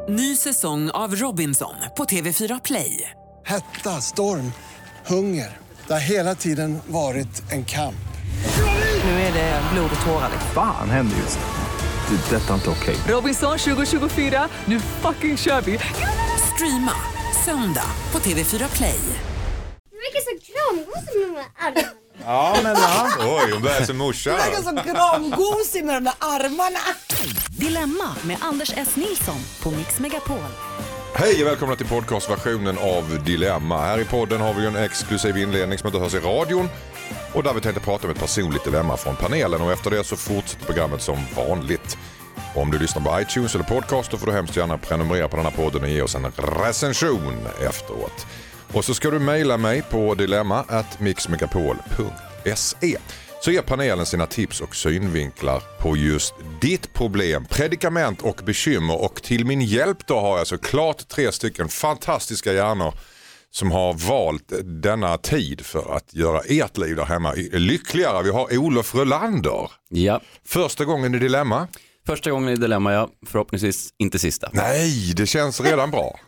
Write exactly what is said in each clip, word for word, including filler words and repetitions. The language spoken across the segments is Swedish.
Ny säsong av Robinson på T V fyra Play. Hetta, storm, hunger. Det har hela tiden varit en kamp. Nu är det blod och tårar. Fan händer just det. Det är detta inte okej. Robinson tjugo tjugofyra, nu fucking kör vi. Streama söndag på T V fyra Play. Vilka så kramgosig med de här armarna. Ja, men ja. Oj, hon börjar som morsa. Du verkar som kramgosig med de där armarna. Dilemma med Anders S. Nilsson på Mix Megapol. Hej och välkomna till podcastversionen av Dilemma. Här i podden har vi en exklusiv inledning som inte hörs i radion. Och där vi tänkte prata om ett personligt dilemma från panelen. Och efter det så fortsätter programmet som vanligt. Om du lyssnar på iTunes eller podcast, då får du hemskt gärna prenumerera på den här podden och ge oss en recension efteråt. Och så ska du mejla mig på dilemma at mixmegapol punkt se. Så ger panelen sina tips och synvinklar på just ditt problem, predikament och bekymmer. Och till min hjälp då har jag såklart tre stycken fantastiska hjärnor som har valt denna tid för att göra ert liv där hemma lyckligare. Vi har Olof Rolander. Ja. Första gången i Dilemma. Första gången i Dilemma, ja. Förhoppningsvis inte sista. Nej, det känns redan bra.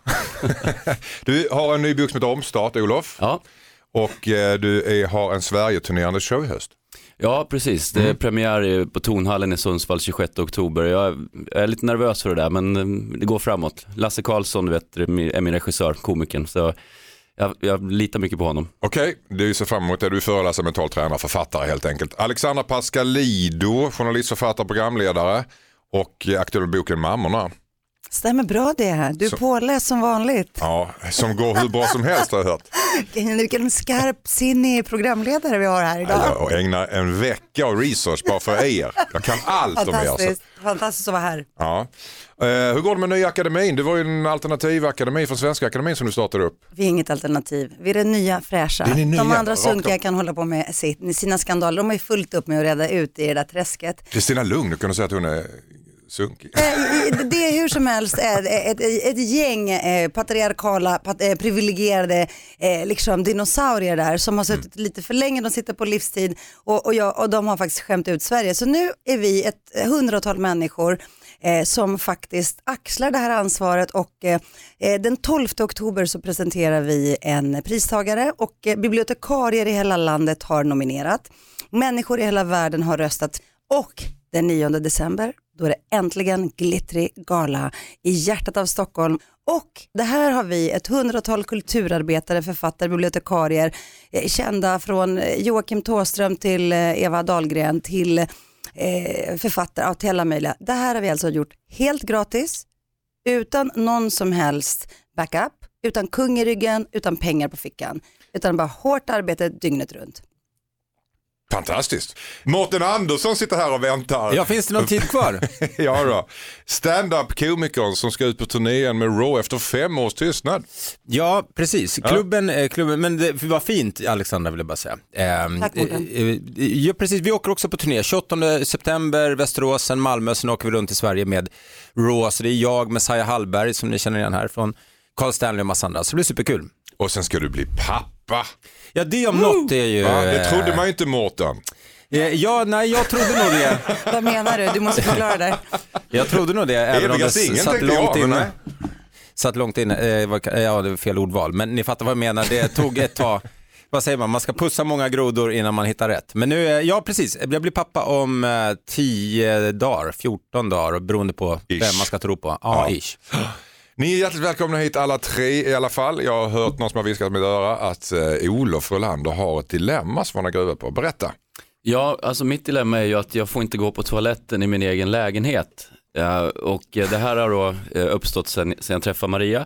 Du har en ny bok som heter Omstart, Olof. Ja. Och eh, du är, har en Sverige-turnerande show i höst. Ja, precis. Det är mm. premiär på Tonhallen i Sundsvall tjugosjätte oktober. Jag är lite nervös för det där, men det går framåt. Lasse Karlsson, du vet, är min regissör, komikern. Så jag, jag litar mycket på honom. Okej, okay, du ser fram emot det. Du är föreläsare, mental tränare, författare helt enkelt. Alexandra Pascalido, journalist, författare, programledare och aktuell boken Mammorna. Stämmer bra det här. Du är som, påläst som vanligt. Ja, som går hur bra som helst har jag hört. Vilken skarpsinnig programledare vi har här idag. Ja, och ägnar en vecka av research bara för er. Jag kan allt om er. Fantastiskt, fantastiskt att vara här. Ja. Uh, hur går det med nya akademin? Det var ju en alternativ akademi från Svenska akademin som du startade upp. Vi är inget alternativ. Vi är det nya fräscha. Det är nya, de andra sunkiga kan hålla på med sina skandaler. De har ju fullt upp med att reda ut i det där träsket. Kristina Lugn, du kunde säga att hon är sunkig. Det är hur som helst ett, ett, ett gäng eh, patriarkala, pat, eh, privilegierade eh, liksom dinosaurier där som har suttit mm. lite för länge, de sitter på livstid och, och, jag, och de har faktiskt skämt ut Sverige. Så nu är vi ett hundratal människor eh, som faktiskt axlar det här ansvaret och eh, den tolfte oktober så presenterar vi en pristagare och eh, bibliotekarier i hela landet har nominerat. Människor i hela världen har röstat och den nionde december då är det äntligen glittrig gala i hjärtat av Stockholm. Och det här har vi ett hundratal kulturarbetare, författare, bibliotekarier, eh, kända från Joakim Tåström till eh, Eva Dahlgren till eh, författare av alla möjliga. Det här har vi alltså gjort helt gratis, utan någon som helst backup, utan kung i ryggen, utan pengar på fickan. Utan bara hårt arbete dygnet runt. Fantastiskt. Mårten Andersson sitter här och väntar. Ja, finns det någon tid kvar? Ja då. Stand-up-komikern som ska ut på turnén med Raw efter fem års tystnad. Ja, precis. Klubben, ja. klubben men det var fint, Alexandra, vill jag bara säga. Eh, Tack, eh, ja, precis. Vi åker också på turné. tjugoåttonde september, Västerås, sen Malmö, sen åker vi runt i Sverige med Raw. Så det är jag, Messiah Hallberg, som ni känner igen här, från Carl Stanley och massa andra. Så det blir superkul. Och sen ska du bli pappa. Ja, det om något är ju... Ja, det trodde man ju inte, Mårten. Ja, nej, jag trodde nog det. Vad menar du? Du måste förklara det. Jag trodde nog det, även om det ingen, satt långt jag, inne. men... Satt långt inne, eh, ja, det var fel ordval. Men ni fattar vad jag menar, det tog ett tag. Vad säger man? Man ska pussa många grodor innan man hittar rätt. Men nu, ja precis, jag blir pappa om eh, tio dagar, fjorton dagar, beroende på ish. Vem man ska tro på. Ja, ja. ish. Ni är hjärtligt välkomna hit alla tre i alla fall. Jag har hört någon som har viskat med öra att eh, Olof Rolander har ett dilemma som han har gruvat på. Berätta. Ja, alltså mitt dilemma är ju att jag får inte gå på toaletten i min egen lägenhet. Ja, och det här har då uppstått sen, sen jag träffade Maria.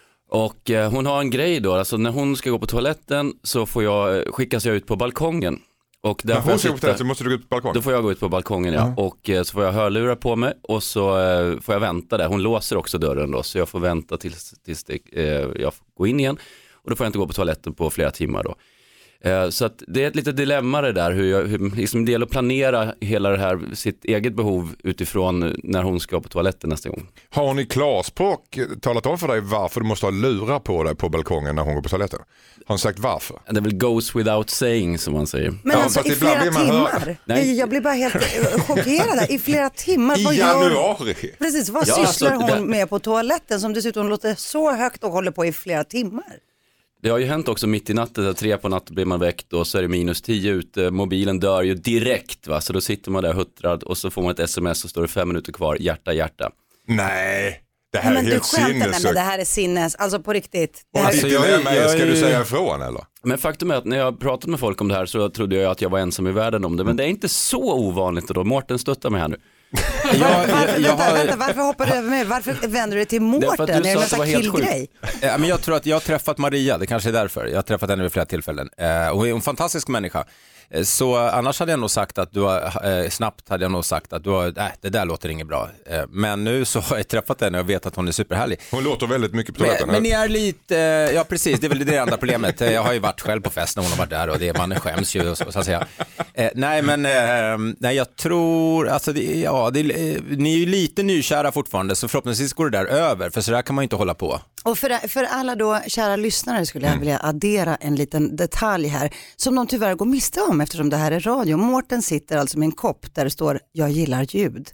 Och eh, hon har en grej då, alltså när hon ska gå på toaletten så får jag, skickas jag ut på balkongen. Och där får jag sitta, så måste du gå ut på balkongen. Då får jag gå ut på balkongen, ja. Mm. Och eh, så får jag hörlurar på mig och så eh, får jag vänta där. Hon låser också dörren då, så jag får vänta tills, tills det, eh, jag får gå in igen. Och då får jag inte gå på toaletten på flera timmar då. Så att det är ett litet dilemma det där, hur, jag, hur liksom det gäller att planera hela det här, sitt eget behov utifrån när hon ska på toaletten nästa gång. Har ni klarspråk talat om för dig varför du måste ha lurar på dig på balkongen när hon går på toaletten? Har hon sagt varför? Det är väl goes without saying som man säger. Men Ja, alltså fast i ibland flera blir man hör- timmar. Nej. Jag blir bara helt eh, chockerad där. I flera timmar. I Vad gör- januari? Precis, vad Ja, sysslar alltså, det hon där- med på toaletten som dessutom låter så högt och håller på i flera timmar? Det har ju hänt också mitt i natten, där tre på natten blir man väckt och så är det minus tio ute, mobilen dör ju direkt va, så då sitter man där huttrad och så får man ett sms och står det fem minuter kvar, hjärta, hjärta. Nej, det här Nej, men är du helt skämtar, nej, men sinnes. det här är sinnes, alltså på riktigt. Det här... Alltså, jag- dilemma är, jag- ska du säga ifrån eller? Men faktum är att när jag pratat med folk om det här så trodde jag att jag var ensam i världen om det, men det är inte så ovanligt då. Mårten stöttar mig här nu. Jag, jag, Varför, jag vänta, har- vänta, varför hoppar du över mig? Varför vänder du dig till Därför Mårten? att du Är det sa en att det var sån helt sjukt. killgrej? Ja, men jag tror att jag har träffat Maria, det kanske är därför. Jag har träffat henne vid flera tillfällen. Eh, och hon är en fantastisk människa. Eh, Så annars hade jag nog sagt att du har, eh, snabbt hade jag nog sagt att du har, äh, det där låter inget bra. Eh, men nu så har jag träffat henne och jag vet att hon är superhärlig. Hon låter väldigt mycket på Men, toaletten. men ni är lite, eh, ja precis, det är väl det enda problemet. Eh, Jag har ju varit själv på fest när hon har varit där och det, man skäms ju så, så att säga. Eh, nej men, eh, nej jag tror, alltså det, ja, det, eh, ni är ju lite nykära fortfarande så förhoppningsvis går det där över, för så där kan man ju inte hålla på. Och för, för alla då kära lyssnare skulle jag vilja addera en liten detalj här som de tyvärr går miste om eftersom det här är radio. Mårten sitter alltså med en kopp där det står jag gillar ljud.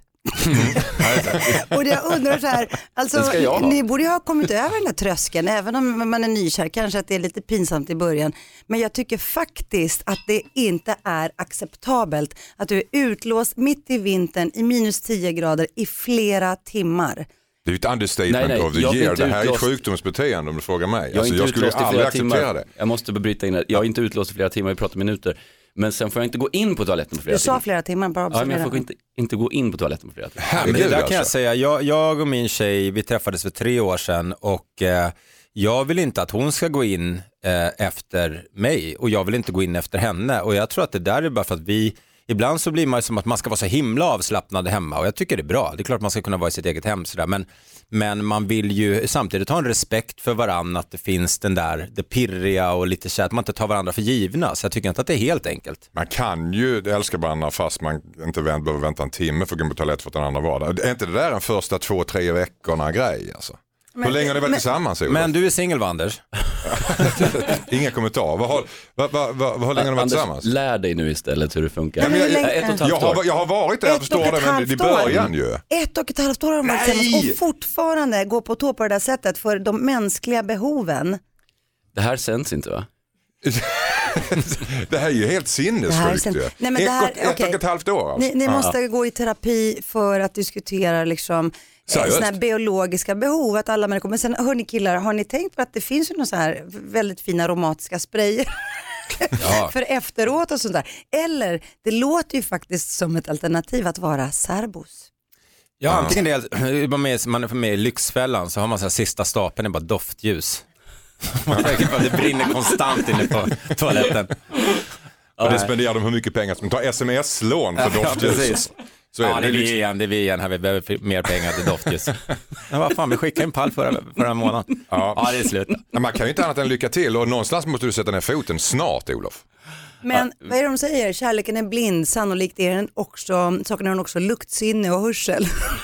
Och jag undrar så här, alltså, Den ska jag ha. ni borde ju ha kommit över den där tröskeln, även om man är nykär, kanske att det är lite pinsamt i början. Men jag tycker faktiskt att det inte är acceptabelt att du är utlåst mitt i vintern i minus tio grader i flera timmar. Det är ju ett understatement Nej, nej, of the jag blir year. inte Det här är ett utlåst. sjukdomsbeteende om du frågar mig. Jag är Alltså, inte jag skulle ju utlåst i aldrig flera acceptera timmar. det. Jag måste bryta in det. Jag är inte utlåst i flera timmar, vi pratar minuter. Men sen får jag inte gå in på toaletten på flera Du timmar. sa flera timmar, bara Ja, men observera. jag får inte, inte gå in på toaletten på flera timmar. Men Herregud, det där kan jag alltså. säga, jag, jag och min tjej, vi träffades för tre år sedan och eh, jag vill inte att hon ska gå in eh, efter mig och jag vill inte gå in efter henne och jag tror att det där är bara för att vi, ibland så blir man ju som att man ska vara så himla avslappnad hemma och jag tycker det är bra, det är klart man ska kunna vara i sitt eget hem sådär, men, men man vill ju samtidigt ha en respekt för varandra, att det finns den där, det pirriga och lite så att man inte tar varandra för givna, så jag tycker inte att det är helt enkelt. Man kan ju älska varandra fast man inte vänt, behöver vänta en timme för att gå på toalett för att den andra var där. Är inte det där en första två, tre veckorna grej alltså? Men- Hur länge har ni varit men- tillsammans? Olof? Men du är singel, va, Anders? Inga kommentarer. Vad har, vad, vad, vad, hur länge har ni varit Anders, tillsammans? lär dig nu istället hur det funkar. Nej, men hur länge- Ett och ett halvt Jag har, år. jag har varit där, jag Ett förstår och ett det, men halvt det år. början ju. Ett och ett halvt år har de varit Nej! tillsammans och fortfarande går på tå på det där sättet för de mänskliga behoven. Det här sänds inte va? Det här är ju helt Det här är sinnessjukt sen- ju. Nej, men ett, det här- och- ett okej. och ett halvt år alltså. Ni, ni måste gå i terapi för att diskutera liksom eh, Seriöst? såna här biologiska behov, att alla människor, men sen hörni killar, har ni tänkt på att det finns ju några så här väldigt fina aromatiska sprayer Ja. för efteråt och sånt där. Eller det låter ju faktiskt som ett alternativ att vara särbos. Ja, antingen det, är med, man är med i Lyxfällan så har man så här sista stapeln är bara doftljus. Man tänker på att det brinner konstant inne på toaletten. Och det spenderar de hur mycket pengar som tar sms-lån för Ja, doftljus. precis. Så är Ja, det. det är Det är vi liksom- igen, det är vi igen här, vi behöver mer pengar till doftljus. Men vad fan, vi skickade en pall förra, förra månaden. Ja. Ja, det är slut. Men man kan ju inte annat än lycka till och någonstans måste du sätta ner foten snart, Olof. Men vad är det de säger? Kärleken är blind, sannolikt är den också, saken är den också luktsinne och hörsel.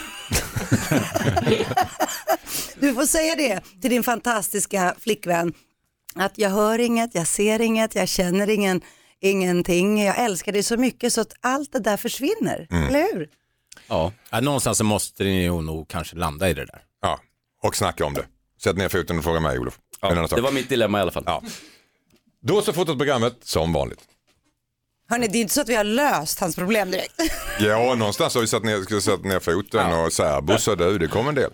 Du får säga det till din fantastiska flickvän. Att jag hör inget, jag ser inget, jag känner ingen, ingenting. Jag älskar dig så mycket så att allt det där försvinner. Eller hur? Ja. Ja, någonstans så måste ni ju nog kanske landa i det där. Ja, och snacka om det. Sätt ner foten och fråga mig, Olof. Ja, En annan sak. det var mitt dilemma i alla fall. Ja. Då så fortsätter programmet som vanligt. Hörrni, det är inte så att vi har löst hans problem direkt. Ja, någonstans har vi satt ner, ska satt ner foten och särbos och du, det kommer en del.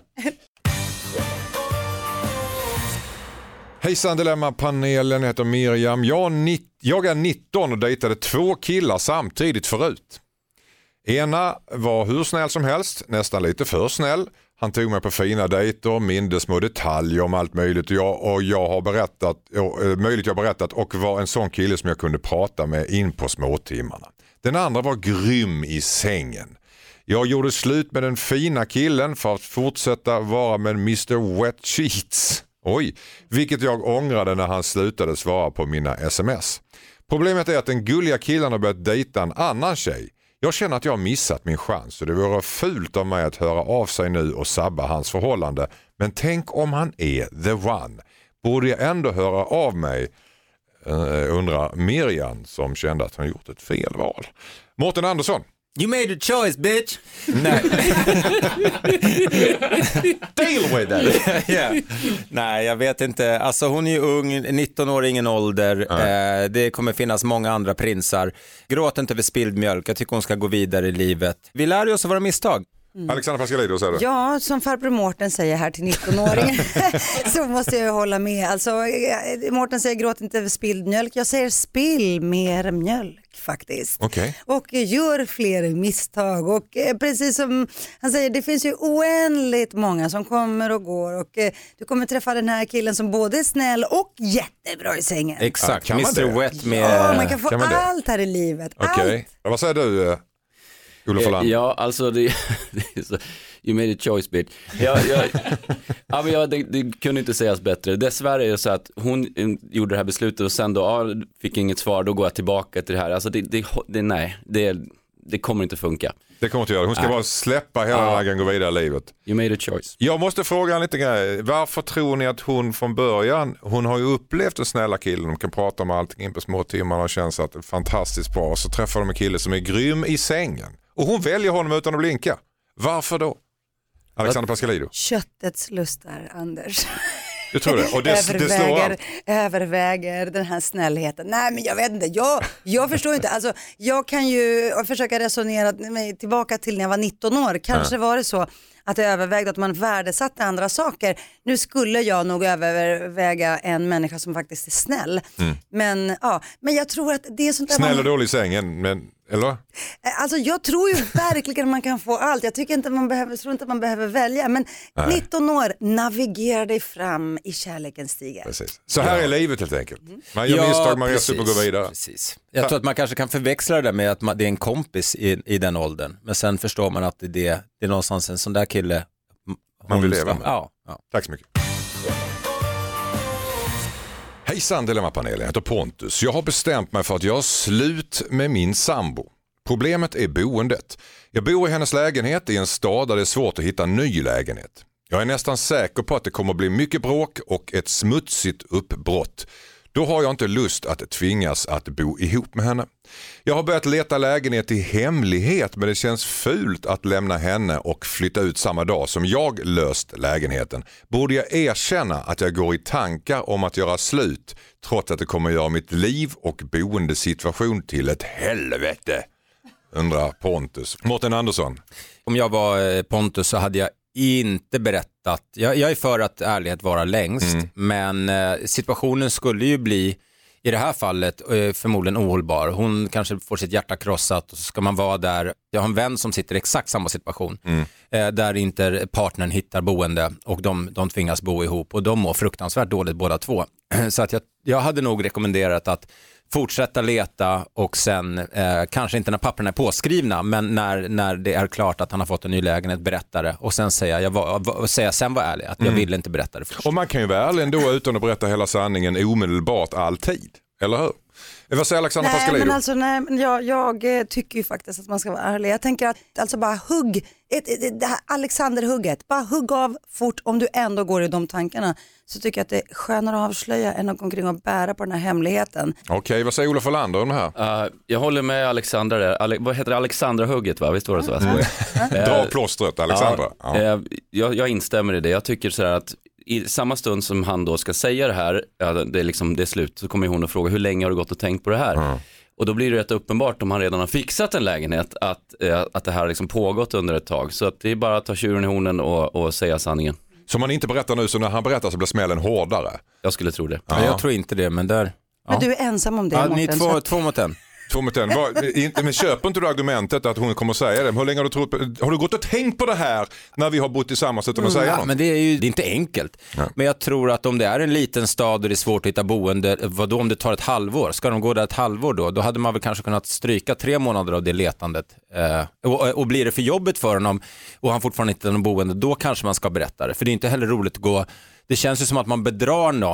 Hejsan Dilemma-panelen, jag heter Miriam. Jag, nitt, jag är nitton och dejtade två killar samtidigt förut. Ena var hur snäll som helst, nästan lite för snäll. Han tog mig på fina dejter, mindre små detaljer om allt möjligt och jag, och jag har berättat, och, eh, möjligt jag har berättat och var en sån kille som jag kunde prata med in på småtimmarna. Den andra var grym i sängen. Jag gjorde slut med den fina killen för att fortsätta vara med mister Wet Sheets. Oj, vilket jag ångrade när han slutade svara på mina sms. Problemet är att den gulliga killen har börjat dejta en annan tjej. Jag känner att jag har missat min chans och det vore fult av mig att höra av sig nu och sabba hans förhållande. Men tänk om han är the one. Borde jag ändå höra av mig, uh, undrar Miriam som kände att han gjort ett fel val. Mårten Andersson. You made a choice, bitch. Nej. Deal with that. Yeah. Nej, jag vet inte. Alltså hon är ju ung, nitton år, ingen ålder. Eh, det kommer finnas många andra prinsar. Gråt inte över spilld mjölk. Jag tycker hon ska gå vidare i livet. Vi lär ju oss av våra misstag. Mm. Alexandra Pascalidou, säger du? Ja, som farbror Mårten säger här till nitton-åringen så måste jag hålla med. Alltså, Mårten säger gråt inte över spilld mjölk. Jag säger spill mer mjölk faktiskt. Okay. Och gör fler misstag. Och eh, precis som han säger, det finns ju oändligt många som kommer och går. Och eh, du kommer träffa den här killen som både är snäll och jättebra i sängen. Exakt, ja, mister Wet med... Ja, man kan få kan man allt här i livet. Okej. Allt. Vad säger du, uh, Olof Holland? Ja, alltså det, det är så, you made a choice bitch. Ja, jag, ja, men jag, det, det kunde inte sägas bättre. Dessvärre är det så att hon gjorde det här beslutet och sen då ja, fick inget svar, då går jag tillbaka till det här. Alltså det, det, det nej, det, det kommer inte funka. Det kommer inte göra. Hon ska Nej. bara släppa hela Ja. vägen och gå vidare i livet. You made a choice. Jag måste fråga en liten grej. Varför tror ni att hon från början, hon har ju upplevt en snälla killen, de kan prata om allting in på små timmar och känns att det är fantastiskt bra. Så träffar de en kille som är grym i sängen. Och hon väljer honom utan att blinka. Varför då? Alexandra Pascalidou. Köttets lustar, Anders. Du tror det? Och det, det slår överväger, allt. överväger den här snällheten. Nej, men jag vet inte. Jag, jag förstår inte. Alltså, jag kan ju försöka resonera mig tillbaka till när jag var nitton år. Kanske var det så att jag övervägde att man värdesatte andra saker. Nu skulle jag nog överväga en människa som faktiskt är snäll. Mm. Men, ja, men jag tror att det är sånt där Snäll och man... dålig i sängen, men, eller? Alltså jag tror ju verkligen man kan få allt. Jag tycker inte man behöver, tror inte man behöver välja. Men Nej. nitton år, navigera dig fram i kärlekens stigar. Precis. Så här Ja. är livet helt enkelt. Man gör misstag, man reser upp och går vidare. Precis. Jag tror att man kanske kan förväxla det där med att man, det är en kompis i, i den åldern. Men sen förstår man att det, det är någonstans en sån där kille Man vill hon leva ska- med. Ja, ja. Tack så mycket. Hejsan Dilemma-panelen, jag heter Pontus. Jag har bestämt mig för att göra slut med min sambo. Problemet är boendet. Jag bor i hennes lägenhet i en stad där det är svårt att hitta en ny lägenhet. Jag är nästan säker på att det kommer bli mycket bråk och ett smutsigt uppbrott. Då har jag inte lust att tvingas att bo ihop med henne. Jag har börjat leta lägenhet i hemlighet, men det känns fult att lämna henne och flytta ut samma dag som jag löst lägenheten. Borde jag erkänna att jag går i tankar om att göra slut trots att det kommer göra mitt liv och boendesituation till ett helvete? Undrar Pontus. Mårten Andersson. Om jag var eh, Pontus så hade jag inte berättat. Jag, jag är för att ärlighet vara längst, Mm. men eh, situationen skulle ju bli i det här fallet eh, förmodligen ohållbar. Hon kanske får sitt hjärta krossat och så ska man vara där. Jag har en vän som sitter i exakt samma situation Mm. eh, där inte partnern hittar boende och de, de tvingas bo ihop och de mår fruktansvärt dåligt båda två. Så att jag, jag hade nog rekommenderat att fortsätta leta och sen eh, kanske inte när papperna är påskrivna, men när, när det är klart att han har fått en ny lägenhet, berätta det och sen säga, jag var, var, säga sen var ärlig att jag Mm. ville inte berätta det först. Och man kan ju vara ärlig ändå utan att berätta hela sanningen omedelbart alltid. Eller hur? Vad säger Alexandra Nej, Pascalidou? men alltså, nej, men jag, jag eh, tycker ju faktiskt att man ska vara ärlig. Jag tänker att alltså bara hugg, ett, ett, det här Alexander-hugget, bara hugg av fort om du ändå går i de tankarna. Så tycker jag att det är skönare att avslöja än att gå omkring och bära på den här hemligheten. Okej, vad säger Olof Olander om det här? Uh, jag håller med Alexandra där. Ale- vad heter det? Alexandra-hugget, va? Visst var det så? Mm. Dra plåstret, Alexandra. Ja, Ja. eh, jag, jag instämmer i det. Jag tycker så här att i samma stund som han då ska säga det här, ja, det, är liksom, det är slut, så kommer hon att fråga hur länge har du gått och tänkt på det här? Mm. Och då blir det rätt uppenbart om han redan har fixat en lägenhet att, eh, att det här har liksom pågått under ett tag. Så att det är bara att ta tjuren i hornen och, och säga sanningen. Så man inte berättar nu, så när han berättar så blir smällen hårdare? Jag skulle tro det. Ja. Jag tror inte det, men där... Men du är ensam om det, Ja, Mårten, ni är så två, att- två mot en. Två mot en. Var, inte, men köper inte du argumentet att hon kommer säga det? Hur länge har du trott på, har du gått och tänkt på det här när vi har bott tillsammans utan att säga Ja, något? men det är ju det är inte enkelt. Ja. Men jag tror att om det är en liten stad och det är svårt att hitta boende, vadå om det tar ett halvår? Ska de gå där ett halvår då? Då hade man väl kanske kunnat stryka tre månader av det letandet. Eh, och, och blir det för jobbet för honom och han fortfarande inte har någon boende, då kanske man ska berätta det. För det är inte heller roligt att gå, det känns ju som att man bedrar någon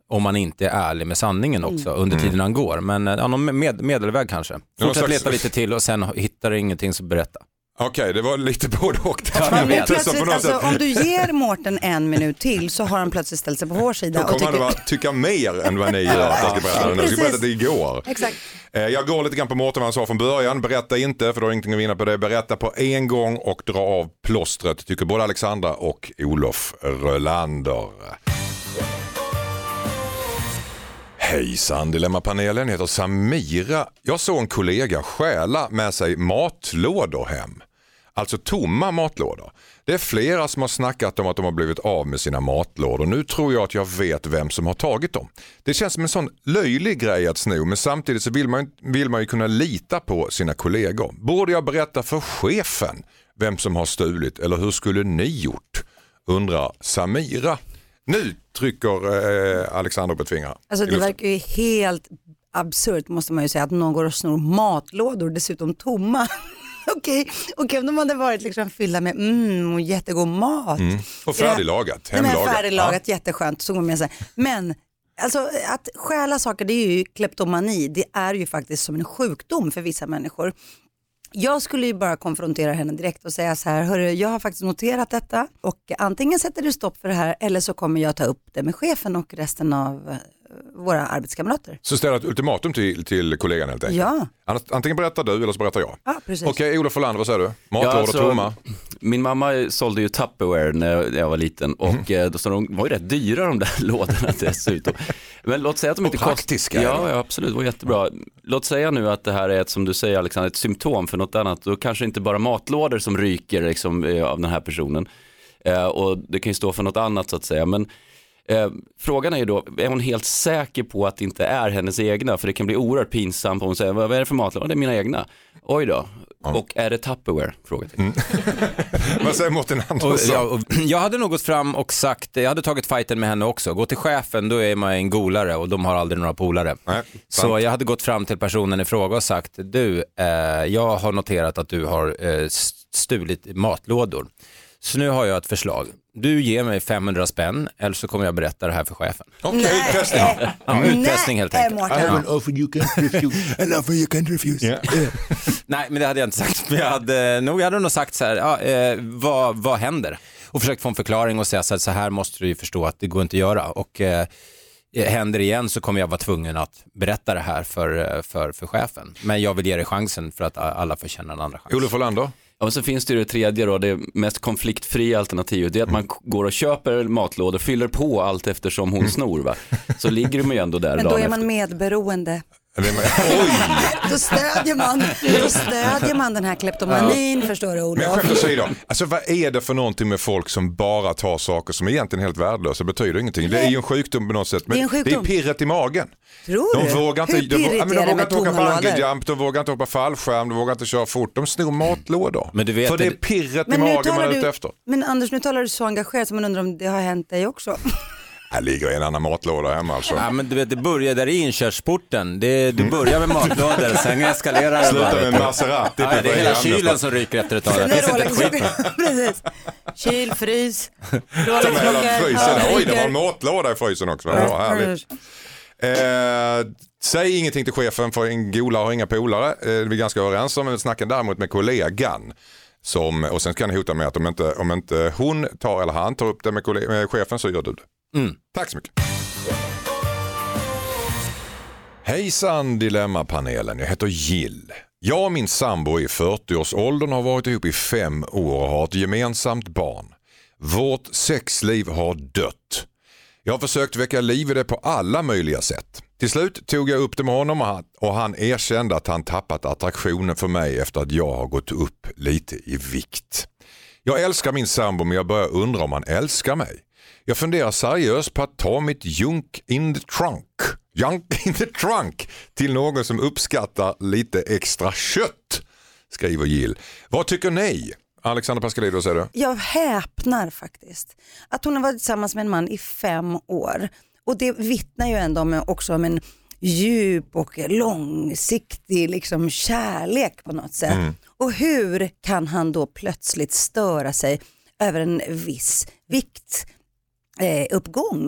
om man inte är ärlig med sanningen också mm. under tiden mm. han går. Men ja, någon med, medelväg kanske. Fortsätt slags... leta lite till och sen hittar det ingenting så berätta. Okej, okay, det var lite både och. Ja, alltså, om du ger Mårten en minut till så har han plötsligt ställt sig på vår sida. Då kommer och tycker... han att tycka mer än vad ni gör. Jag ska berätta, jag ska berätta det igår. Exakt. Jag går lite grann på Mårten vad han sa från början. Berätta inte, för då har ingenting att vinna på det. Berätta på en gång och dra av plåstret, tycker både Alexandra och Olof Rölander. Hejsan, Dilemmapanelen heter Samira. Jag såg en kollega stjäla med sig matlådor hem. Alltså tomma matlådor. Det är flera som har snackat om att de har blivit av med sina matlådor. Nu tror jag att jag vet vem som har tagit dem. Det känns som en sån löjlig grej att sno, men samtidigt så vill man, vill man ju kunna lita på sina kollegor. Borde jag berätta för chefen vem som har stulit, eller hur skulle ni gjort? Undrar Samira. Nu trycker eh, Alexander på ett finger. Alltså det verkar ju helt absurt, måste man ju säga, att någon går och snor matlådor, dessutom tomma. Okej, okay. okay, om de hade varit liksom fyllda med mm, jättegod mat. Mm. Och färdiglagat, hemlagat. Färdiglagat, ja. Jätteskönt, så går med sig. Men alltså, att stjäla saker, det är ju kleptomani. Det är ju faktiskt som en sjukdom för vissa människor. Jag skulle ju bara konfrontera henne direkt och säga så här: hörru, jag har faktiskt noterat detta och antingen sätter du stopp för det här eller så kommer jag ta upp det med chefen och resten av våra arbetskamrater. Så ställa ett ultimatum till, till kollegan helt enkelt? Ja. Antingen berättar du eller så berättar jag. Ja, precis. Okej, Olof Rölander, vad säger du? Matlådor ja, alltså, tomma? Min mamma sålde ju Tupperware när jag var liten och mm. så de var ju rätt dyra de där lådorna dessutom. Men låt säga att de inte kostar. Ja, ja, absolut, det var jättebra. Låt säga nu att det här är ett, som du säger Alexander, ett symptom för något annat. Då kanske inte bara matlådor som ryker liksom, av den här personen. Eh, och det kan ju stå för något annat så att säga. Men Eh, frågan är ju då, är hon helt säker på att det inte är hennes egna? För det kan bli oerhört pinsamt om hon säger, vad är det för matlådor? Det är mina egna. Oj då. Ja. Och är det Tupperware? Frågat. Mm. Vad säger Mårten Andersson? Och, ja, och, jag hade nog gått fram och sagt, jag hade tagit fighten med henne också. Gå till chefen, då är man en golare och de har aldrig några polare. Nej, så jag hade gått fram till personen i fråga och sagt, du, eh, jag har noterat att du har eh, stulit matlådor. Så nu har jag ett förslag. Du ger mig femhundra spänn eller så kommer jag berätta det här för chefen. Okej, okay, utpressning. Ja, utpressning helt enkelt. I have an offer you can't refuse. An offer you can't refuse. Yeah. Yeah. Nej, men det hade jag inte sagt. Men jag hade nog, jag hade nog sagt så här, ja, eh, vad, vad händer? Och försökt få en förklaring och säga så här, så här måste du ju förstå att det går inte att göra. Och eh, händer igen så kommer jag vara tvungen att berätta det här för, för, för chefen. Men jag vill ge dig chansen för att alla får känna en andra chans. Olof Rölander? Ja, och så finns det ju det tredje då, det mest konfliktfria alternativet. Det är att man går och köper matlådor och fyller på allt eftersom hon snor, va? Så ligger de ju ändå där. Men då är man medberoende. Oj! Då stödjer man, då stödjer man den här kleptomanin, ja. Förstår du, Olof? Men jag skämtar sig då. Alltså vad är det för någonting med folk som bara tar saker som egentligen är helt värdelösa, betyder ingenting. Det är ju en sjukdom på något sätt. Men det är, det är pirret i magen. Tror de du? vågar inte, Hur de, de, de vågar inte åka bungyjump, de vågar inte åka fallskärm, de vågar inte köra fort, de snor matlådor. Men du vet, för det är pirret i magen man är ute efter. Men Anders, nu talar du så engagerat som man undrar om det har hänt dig också. Här ligger en annan matlåda hemma alltså. Ja, men du vet, det börjar där i inkörsporten. Det, du börjar med matlådor, sen eskalerar det. Sluta med en Maserati. Ja, det är hela kylen som ryker efter ett tag. Det finns inte ett skit. Precis. Kyl, frys, Rolex-klockor. Oj, det var en matlåda i frysen också. Ja, härligt. Eh, säg ingenting till chefen, för en gola har inga polare. Eh, vi är ganska överens om, men snackar däremot med kollegan. Som, och sen kan han hota med att om inte, om inte hon tar eller han tar upp det med, kollega, med chefen så gör du det. Mm. Tack så mycket. Hejsan Dilemmapanelen, jag heter Jill. Jag och min sambo i fyrtioårsåldern har varit ihop i fem år och har ett gemensamt barn. Vårt sexliv har dött. Jag har försökt väcka liv i det på alla möjliga sätt. Till slut tog jag upp det med honom och han, och han erkände att han tappat attraktionen för mig efter att jag har gått upp lite i vikt. Jag älskar min sambo, men jag börjar undra om han älskar mig. Jag funderar seriöst på att ta mitt junk in the trunk. Junk in the trunk till någon som uppskattar lite extra kött, skriver Jill. Vad tycker ni? Alexander Pascalidou, säger du? Jag häpnar faktiskt. Att hon har varit tillsammans med en man i fem år. Och det vittnar ju ändå om, också om en djup och långsiktig liksom, kärlek på något sätt. Mm. Och hur kan han då plötsligt störa sig över en viss vikt? Eh, uppgång.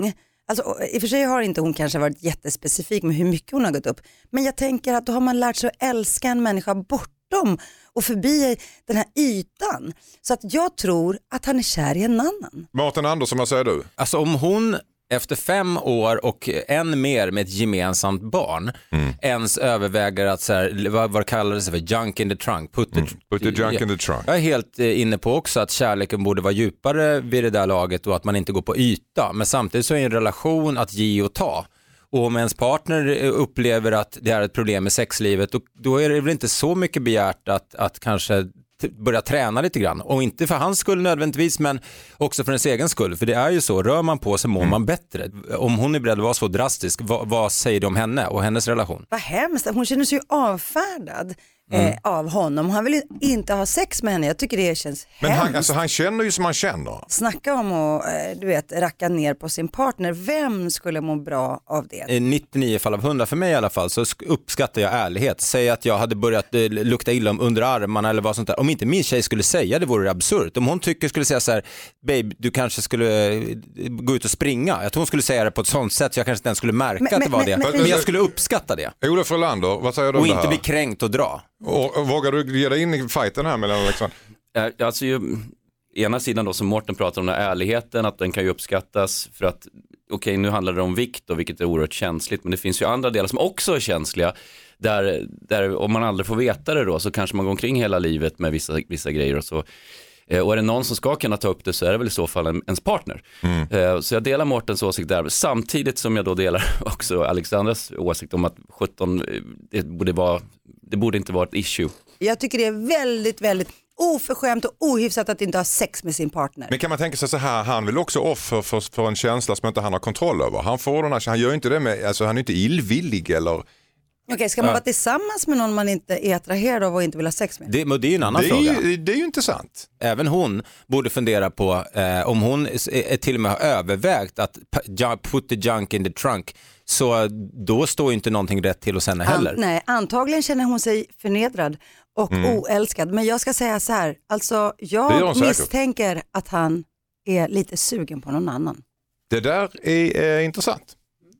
Alltså, i och för sig har inte hon kanske varit jättespecifik med hur mycket hon har gått upp. Men jag tänker att då har man lärt sig att älska en människa bortom och förbi den här ytan. Så att jag tror att han är kär i en annan. Martin Andersson, vad säger du? Alltså om hon efter fem år och än mer med ett gemensamt barn mm. ens överväger att så här, vad, vad kallar det sig för, junk in the trunk, put the, mm. put the junk in the trunk. Jag är helt inne på också att kärleken borde vara djupare vid det där laget och att man inte går på yta, men samtidigt så är en relation att ge och ta. Och om ens partner upplever att det är ett problem med sexlivet, då, då är det väl inte så mycket begärt att, att kanske börja träna lite grann. Och inte för hans skull nödvändigtvis, men också för ens egen skull. För det är ju så, rör man på sig mår man bättre. Om hon är beredd att vara så drastisk, vad, vad säger de om henne och hennes relation? Vad hemskt, hon känner sig ju avfärdad. Mm. Eh, av honom. Han vill inte ha sex med henne. Jag tycker det känns Men hemskt. han, alltså, han känner ju som han känner. Snacka om att eh, du vet, racka ner på sin partner. Vem skulle må bra av det? nittionio fall av hundra för mig i alla fall så uppskattar jag ärlighet. Säg att jag hade börjat eh, lukta illa om under armarna eller vad sånt där. Om inte min tjej skulle säga det vore det absurt. Om hon tycker skulle säga så här, babe, du kanske skulle eh, gå ut och springa. Jag tror hon skulle säga det på ett sånt sätt så jag kanske inte ens skulle märka men, att det var men, det. Men, men jag skulle uppskatta det. Olof Frölander, vad säger du om och det här? Och inte bli kränkt och dra. Och, och vågar du ge dig in i fighten här mellan Alexander? Äh, alltså ju, ena sidan då som Mårten pratar om den här ärligheten, att den kan ju uppskattas för att okej okay, nu handlar det om vikt och vilket är oerhört känsligt, men det finns ju andra delar som också är känsliga där, där om man aldrig får veta det då så kanske man går omkring hela livet med vissa, vissa grejer och så. Och är det någon som ska kunna ta upp det så är det väl i så fall en, ens partner. Mm. Så jag delar Mårtens åsikt där. Samtidigt som jag då delar också Alexandras åsikt om att sjutton, det borde, vara, det borde inte vara ett issue. Jag tycker det är väldigt, väldigt oförskämt och ohyfsat att inte ha sex med sin partner. Men kan man tänka sig så här, han vill också offer för, för en känsla som inte han har kontroll över. Han får den här, han gör inte det med, alltså han är inte illvillig eller... Okej, okay, ska man ja. vara tillsammans med någon man inte är attraherad av och inte vill ha sex med? Det, det är ju en annan det fråga. Är, det är ju inte sant. Även hon borde fundera på eh, om hon är, till och med har övervägt att put the junk in the trunk, så då står ju inte någonting rätt till hos henne heller. An, nej, antagligen känner hon sig förnedrad och mm. oälskad. Men jag ska säga så här, alltså jag misstänker att han är lite sugen på någon annan. Det där är eh, intressant.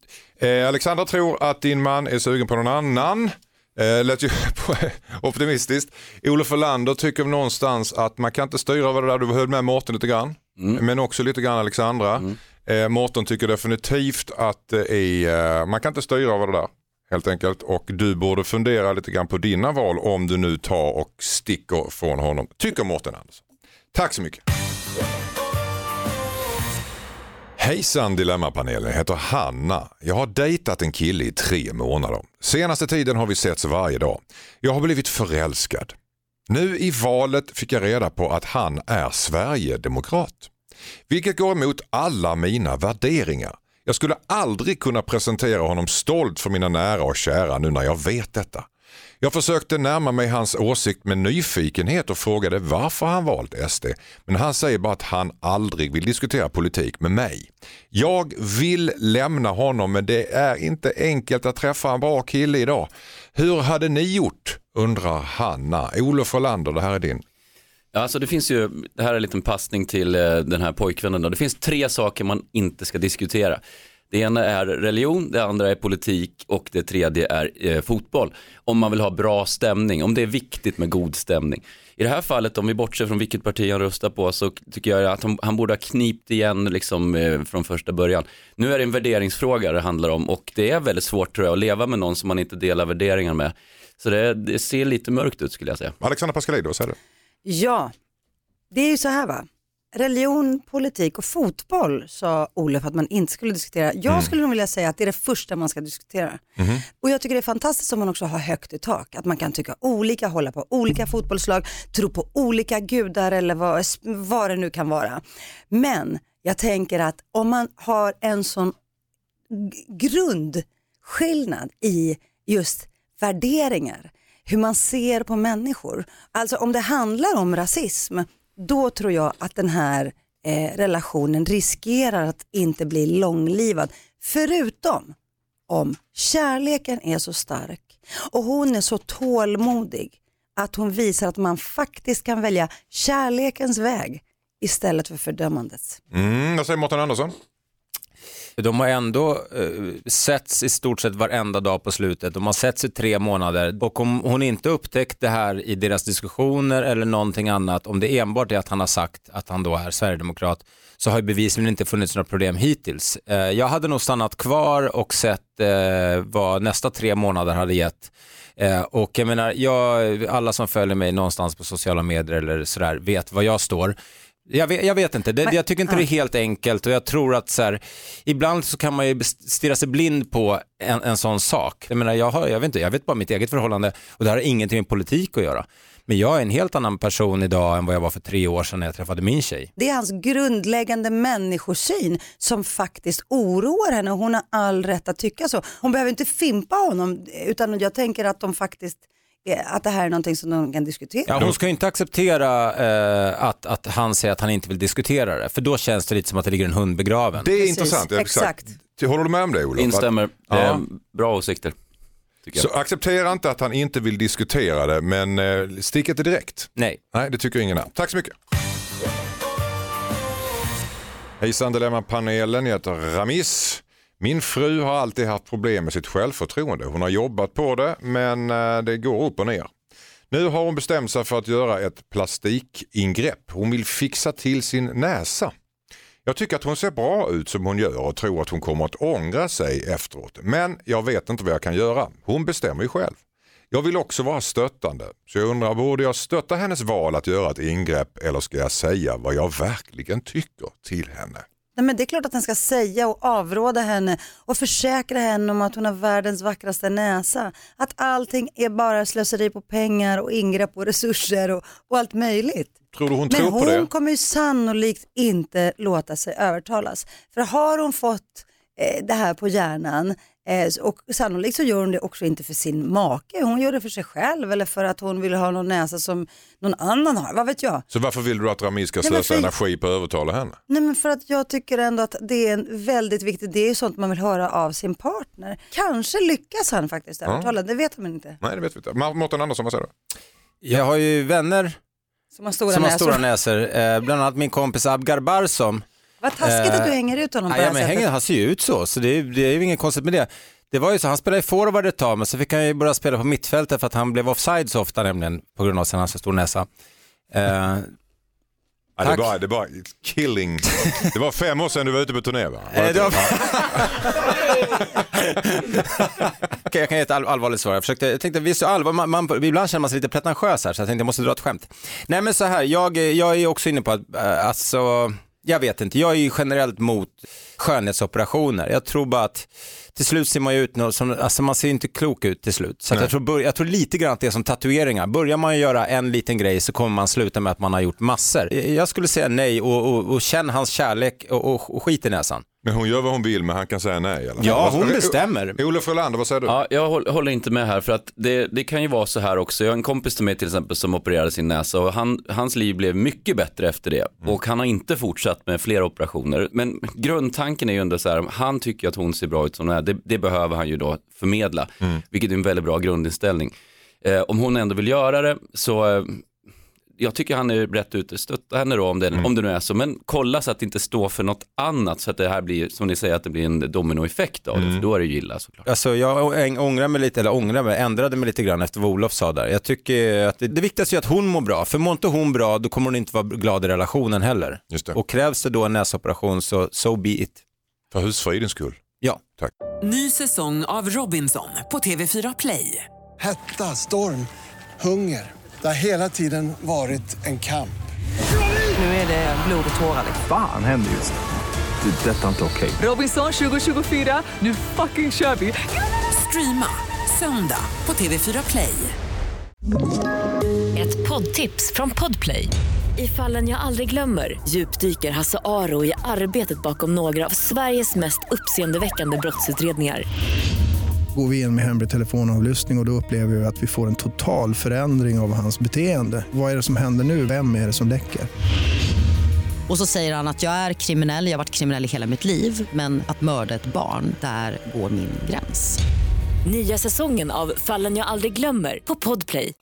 Eh, Alexandra tror att din man är sugen på någon annan. Eh, lät ju optimistiskt. Olof Frölander tycker någonstans att man kan inte styra över det där. Du höll med Mårten lite grann. Mm. Men också lite grann Alexandra. Mm. Eh, Mårten tycker definitivt att det är, eh, man kan inte styra över det där. Helt enkelt. Och du borde fundera lite grann på dina val om du nu tar och sticker från honom. Tycker Mårten Andersson. Tack så mycket. Hejsan Dilemmapanelen, jag heter Hanna. Jag har dejtat en kille i tre månader. Senaste tiden har vi setts varje dag. Jag har blivit förälskad. Nu i valet fick jag reda på att han är Sverigedemokrat. Vilket går emot alla mina värderingar. Jag skulle aldrig kunna presentera honom stolt för mina nära och kära nu när jag vet detta. Jag försökte närma mig hans åsikt med nyfikenhet och frågade varför han valt S D. Men han säger bara att han aldrig vill diskutera politik med mig. Jag vill lämna honom, men det är inte enkelt att träffa en bra kille idag. Hur hade ni gjort? Undrar Hanna. Olof Frölander, det här är din. Ja, alltså det finns ju, det här är en liten passning till eh, den här pojkvännen då. Det finns tre saker man inte ska diskutera. Det ena är religion, det andra är politik och det tredje är eh, fotboll. Om man vill ha bra stämning, om det är viktigt med god stämning. I det här fallet, om vi bortser från vilket parti han röstar på, så tycker jag att han, han borde ha knipt igen liksom, eh, från första början. Nu är det en värderingsfråga det handlar om och det är väldigt svårt tror jag att leva med någon som man inte delar värderingar med. Så det, det ser lite mörkt ut skulle jag säga. Alexandra Pascalidou, säger du? Ja, det är ju så här va. Religion, politik och fotboll sa Olof att man inte skulle diskutera. Jag mm. skulle nog vilja säga att det är det första man ska diskutera. Mm. Och jag tycker det är fantastiskt om man också har högt i tak. Att man kan tycka olika, hålla på olika fotbollslag, tro på olika gudar eller vad, vad det nu kan vara. Men jag tänker att om man har en sån grundskillnad i just värderingar, hur man ser på människor. Alltså om det handlar om rasism, då tror jag att den här eh, relationen riskerar att inte bli långlivad. Förutom om kärleken är så stark och hon är så tålmodig att hon visar att man faktiskt kan välja kärlekens väg istället för fördömandets. Mm, vad säger Mårten Andersson? De har ändå eh, setts i stort sett varenda dag på slutet. De har setts i tre månader och om hon inte upptäckt det här i deras diskussioner eller någonting annat, om det enbart är att han har sagt att han då är sverigedemokrat, så har ju bevisligen inte funnits några problem hittills. Eh, jag hade nog stannat kvar och sett eh, vad nästa tre månader hade gett. Eh, och jag menar, jag, alla som följer mig någonstans på sociala medier eller sådär vet vad jag står. Jag vet, jag vet inte, det, Men, jag tycker inte ja. det är helt enkelt och jag tror att så här, ibland så kan man ju stirra sig blind på en, en sån sak. Jag menar, jag, har, jag, vet inte, jag vet bara mitt eget förhållande och det har ingenting med politik att göra. Men jag är en helt annan person idag än vad jag var för tre år sedan när jag träffade min tjej. Det är hans grundläggande människosyn som faktiskt oroar henne och hon har all rätt att tycka så. Hon behöver inte fimpa honom utan jag tänker att de faktiskt att det här är någonting som de kan diskutera. Ja, hon ska inte acceptera eh, att, att han säger att han inte vill diskutera det. För då känns det lite som att det ligger en hund begraven. Det är Precis, intressant. Exakt. Håller du med om det, Olof? Instämmer. Ja. Det är bra åsikter. Så acceptera inte att han inte vill diskutera det, men eh, stick inte direkt. Nej. Nej, det tycker ingen är. Tack så mycket. Hejsan Dilemma-panelen, jag heter Ramis. Min fru har alltid haft problem med sitt självförtroende. Hon har jobbat på det, men det går upp och ner. Nu har hon bestämt sig för att göra ett plastikingrepp. Hon vill fixa till sin näsa. Jag tycker att hon ser bra ut som hon gör och tror att hon kommer att ångra sig efteråt. Men jag vet inte vad jag kan göra. Hon bestämmer ju själv. Jag vill också vara stöttande. Så jag undrar, borde jag stötta hennes val att göra ett ingrepp eller ska jag säga vad jag verkligen tycker till henne? Nej, men det är klart att han ska säga och avråda henne och försäkra henne om att hon har världens vackraste näsa. Att allting är bara slöseri på pengar och ingrepp och resurser och, och allt möjligt. Tror du hon men tror på hon det? Men hon kommer ju sannolikt inte låta sig övertalas. För har hon fått eh, det här på hjärnan eh, och sannolikt så gör hon det också inte för sin make. Hon gör det för sig själv eller för att hon vill ha någon näsa som någon annan har. Vad vet jag? Så varför vill du att Rami ska Nej, slösa för... energi på att övertala henne? Nej, men för att jag tycker ändå att det är en väldigt viktigt, det är sånt man vill höra av sin partner. Kanske lyckas han faktiskt övertala, ja. Det vet man inte. Nej, det vet vi inte. Mårten Andersson, vad säger du? Jag har ju vänner som har stora som näsor. Har stora näsor. Eh, bland annat min kompis Abgar Barsom. Vad taskigt eh, att du hänger ut honom på ja, det här men sättet. hänger, han ser ju ut så, så det är, det är ju inget konstigt med det. Det var ju så, han spelade i forward ett tag men så fick han ju börja spela på mittfältet för att han blev offside så ofta nämligen på grund av sin hans stor näsa. Eh, ja, det, är bara, det är bara killing. Det var fem år sedan du var ute på turné, va? Eh, var... okay, jag kan ge ett all- allvarligt svar. Jag, försökte, jag tänkte, visst, allvar, man, man, ibland känner man sig lite pretentiös här så jag tänkte jag måste dra ett skämt. Nej men så här, jag, jag är också inne på att äh, alltså, jag vet inte, jag är ju generellt mot skönhetsoperationer. Jag tror bara att till slut ser man ju ut något som, alltså man ser inte klok ut till slut. Så att jag, tror, jag tror lite grann att det är som tatueringar. Börjar man göra en liten grej så kommer man sluta med att man har gjort massor. Jag skulle säga nej och, och, och känn hans kärlek och, och, och skit i näsan. Men hon gör vad hon vill, men han kan säga nej. Eller? Ja, hon bestämmer. Olof Frölander, vad säger du? Ja, jag håller inte med här för att det, det kan ju vara så här också. Jag har en kompis till mig till exempel som opererade sin näsa och han, hans liv blev mycket bättre efter det. Mm. Och han har inte fortsatt med fler operationer. Men grundtanken är ju ändå så här, han tycker att hon ser bra ut som hon är. Det, det behöver han ju då förmedla, mm. vilket är en väldigt bra grundinställning. Eh, om hon ändå vill göra det så... Eh, jag tycker han är rätt ute, stötta henne då om det, mm. om det nu är så, men kolla så att det inte står för något annat så att det här blir, som ni säger, att det blir en dominoeffekt av det, mm. för då är det ju illa såklart. Alltså jag ångrar mig lite, eller ångrar mig, ändrade mig lite grann efter vad Olof sa där. Jag tycker att det, det viktigaste är att hon mår bra, för mår inte hon bra då kommer hon inte vara glad i relationen heller. Just det. Och krävs det då en näsoperation så so be it. För husfridens skull. Ja. Tack. Ny säsong av Robinson på T V fyra Play. Hetta, storm, hunger. Det har hela tiden varit en kamp. Nu är det blod och tårar. Fan händer just det. Det är detta inte okej. Robinson tjugo tjugofyra, nu fucking kör vi. Streama söndag på T V fyra Play. Ett poddtips från Podplay. I Fallen jag aldrig glömmer djupdyker Hasse Aro i arbetet bakom några av Sveriges mest uppseendeväckande brottsutredningar. Går vi in med hemlig telefonavlyssning och, och då upplever vi att vi får en total förändring av hans beteende. Vad är det som händer nu? Vem är det som läcker? Och så säger han att jag är kriminell, jag har varit kriminell i hela mitt liv. Men att mörda ett barn, där går min gräns. Nya säsongen av Fallen jag aldrig glömmer på Podplay.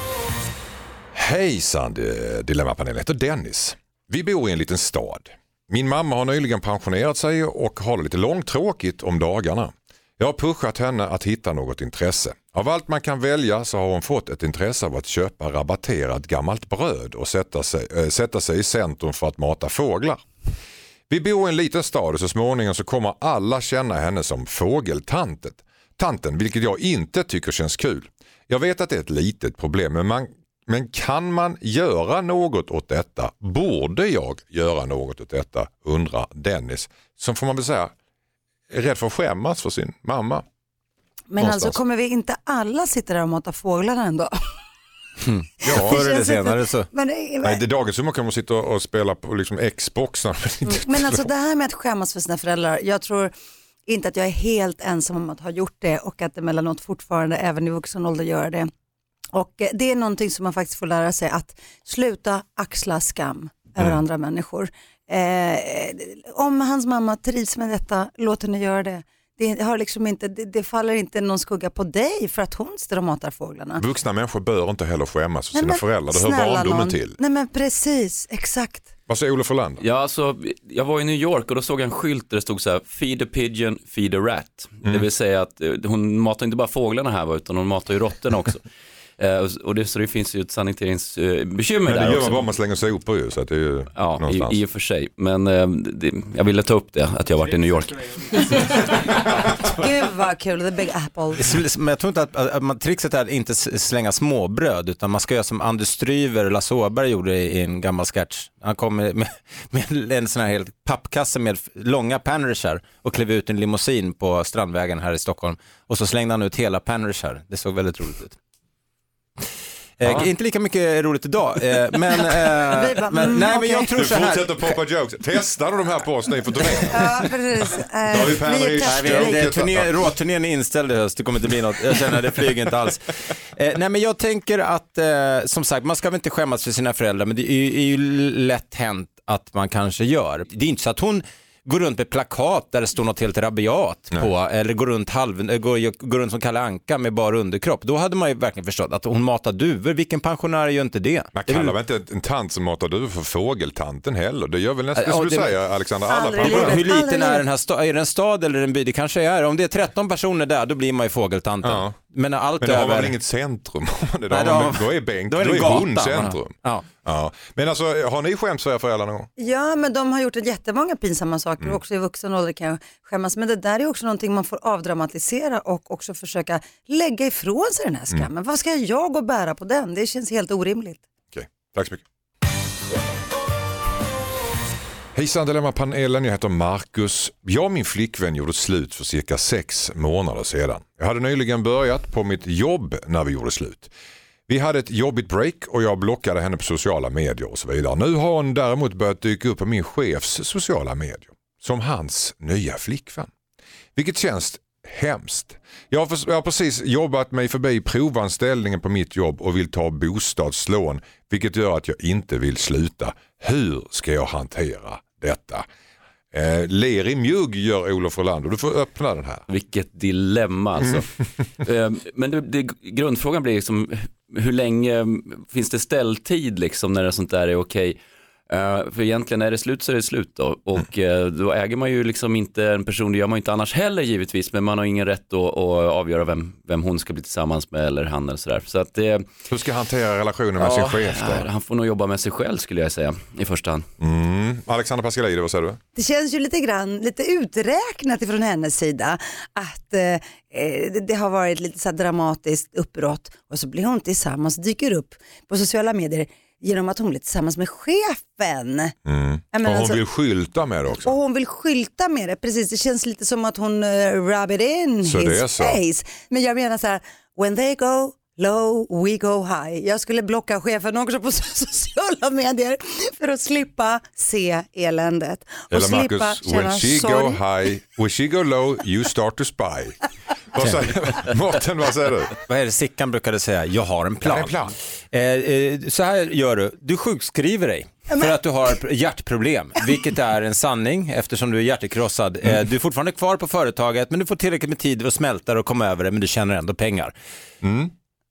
Hejsan, Dilemma-panelen heter Dennis. Vi bor i en liten stad. Min mamma har nyligen pensionerat sig och har det lite långtråkigt om dagarna. Jag har pushat henne att hitta något intresse. Av allt man kan välja så har hon fått ett intresse av att köpa rabatterat gammalt bröd och sätta sig, äh, sätta sig i centrum för att mata fåglar. Vi bor i en liten stad och så småningom så kommer alla känna henne som fågeltantet. Tanten, vilket jag inte tycker känns kul. Jag vet att det är ett litet problem, men, man, men kan man göra något åt detta? Borde jag göra något åt detta? Undrar Dennis. Som får man väl säga är rädd för att skämmas för sin mamma. Men någonstans. Alltså kommer vi inte alla sitta där och mata fåglarna ändå? Mm. Ja, förr eller senare så. Men, Nej, det är dagens som man kan sitta och spela på liksom Xbox. Mm. Men alltså det här med att skämmas för sina föräldrar, jag tror inte att jag är helt ensam om att ha gjort det och att det emellanåt fortfarande även i vuxen ålder gör det. Och det är någonting som man faktiskt får lära sig, att sluta axla skam mm. över andra människor. Eh, om hans mamma trivs med detta, låt henne göra det. Det, har liksom inte, det, det faller inte någon skugga på dig för att hon sitter och matar fåglarna. Vuxna människor bör inte heller skämmas för Nej, sina men, föräldrar. Det hör barndomen någon. till. Nej men precis, exakt. Vad säger Olof Frölander? Ja, alltså, jag var i New York och då såg jag en skylt där det stod så här: feed a pigeon, feed a rat. Mm. Det vill säga att hon matar inte bara fåglarna här, utan hon matar ju råttorna också. Uh, och det, så det finns ju ett saniteringsbekymmer uh, där också. Det gör man bara man slänger sopor ju, så att det är ju ja, någonstans. i, i och för sig. Men uh, det, jag ville ta upp det, att jag varit i New York. Gud vad kul, the big apple. Men jag tror inte att, att man, trixet är att inte slänga småbröd, utan man ska göra som Anders Stryver och Lasse Åberg gjorde i en gammal sketch. Han kom med, med, med en sån här helt pappkasse med långa panrishar och klev ut en limousin på Strandvägen här i Stockholm. Och så slängde han ut hela panrishar. Det såg väldigt roligt ut. Eh, inte lika mycket roligt idag, eh, men, eh, bara, men, mm, nej, okay. men jag tror du så här. fortsätter poppa jokes. Testar du de här på oss nu för turnén? Ja, precis. Då har vi Penrich. Turné, råturnén är inställd i höst, det kommer inte bli något. Jag känner att det flyger inte alls. Eh, nej, men jag tänker att, eh, som sagt, man ska väl inte skämmas för sina föräldrar, men det är, är ju lätt hänt att man kanske gör. Det är inte så att hon går runt med plakat där det står något helt rabiat på, Nej. eller går runt, halv, går, går runt som Kalle Anka med bara underkropp. Då hade man ju verkligen förstått att hon matar duvor. Vilken pensionär gör inte det? Man kallar väl inte en tant som matar duvor för fågeltanten heller. Det gör väl nästan, ja, som du det, säger, Alexander. Alla hur, hur liten är den här staden? Är det en stad eller en by? Det kanske är. Om det är tretton personer där, då blir man ju fågeltanten. Ja. Men allt Men det över... har väl inget centrum? det Nej, har, då, då är bänk, då är, då är gata, hon centrum. Ja. Ja. Men alltså, har ni skämts för era föräldrar någon gång? Ja, men de har gjort ett jättemånga pinsamma saker. Mm. Också i vuxen ålder kan jag skämmas. Men det där är också någonting man får avdramatisera och också försöka lägga ifrån sig den här skammen. Mm. Vad ska jag gå och bära på den? Det känns helt orimligt. Okej, tack så mycket. Hejsan Dilemma-panelen, jag heter Marcus. Jag och min flickvän gjorde slut för cirka sex månader sedan. Jag hade nyligen börjat på mitt jobb när vi gjorde slut. Vi hade ett jobbigt break och jag blockade henne på sociala medier och så vidare. Nu har hon däremot börjat dyka upp på min chefs sociala medier som hans nya flickvän. Vilket känns hemskt. Jag har, för, jag har precis jobbat mig förbi provanställningen på mitt jobb och vill ta bostadslån, vilket gör att jag inte vill sluta. Hur ska jag hantera detta? Eh, ler i mjugg gör Olof Frölander. Du får öppna den här. Vilket dilemma alltså. Mm. Men det, det, grundfrågan blir liksom, hur länge finns det ställtid liksom när det sånt där är okej? Uh, för egentligen är det slut så är det slut då. Och uh, då äger man ju liksom inte en person, det gör man ju inte annars heller givetvis, men man har ingen rätt att, att avgöra vem, vem hon ska bli tillsammans med eller han eller sådär. Så att det, hur ska han hantera relationen med ja, sin chef då? Han får nog jobba med sig själv skulle jag säga i första hand. Mm. Alexander Pascalidou, vad säger du? Det känns ju lite grann, lite uträknat ifrån hennes sida att eh, det, det har varit lite så här dramatiskt uppbrott och så blir hon tillsammans, dyker upp på sociala medier genom att hon blir tillsammans med chefen. Mm. Och hon alltså, vill skylta med det också. Och hon vill skylta med det, precis. Det känns lite som att hon uh, rub it in så his face. Men jag menar så här, when they go low, we go high. Jag skulle blocka chefen också på sociala medier för att slippa se eländet. Och eller slippa Marcus, when she sorg. go high, when she go low, you start to spy. Vad säger, Mårten, vad säger du? Vad är det Sickan brukade säga? Jag har en plan. En plan. Eh, eh, så här gör du. Du sjukskriver dig för att du har ett hjärtproblem, vilket är en sanning eftersom du är hjärtekrossad. Mm. Eh, du är fortfarande kvar på företaget, men du får tillräckligt med tid att smälta och komma över det, men du tjänar ändå pengar. Mm.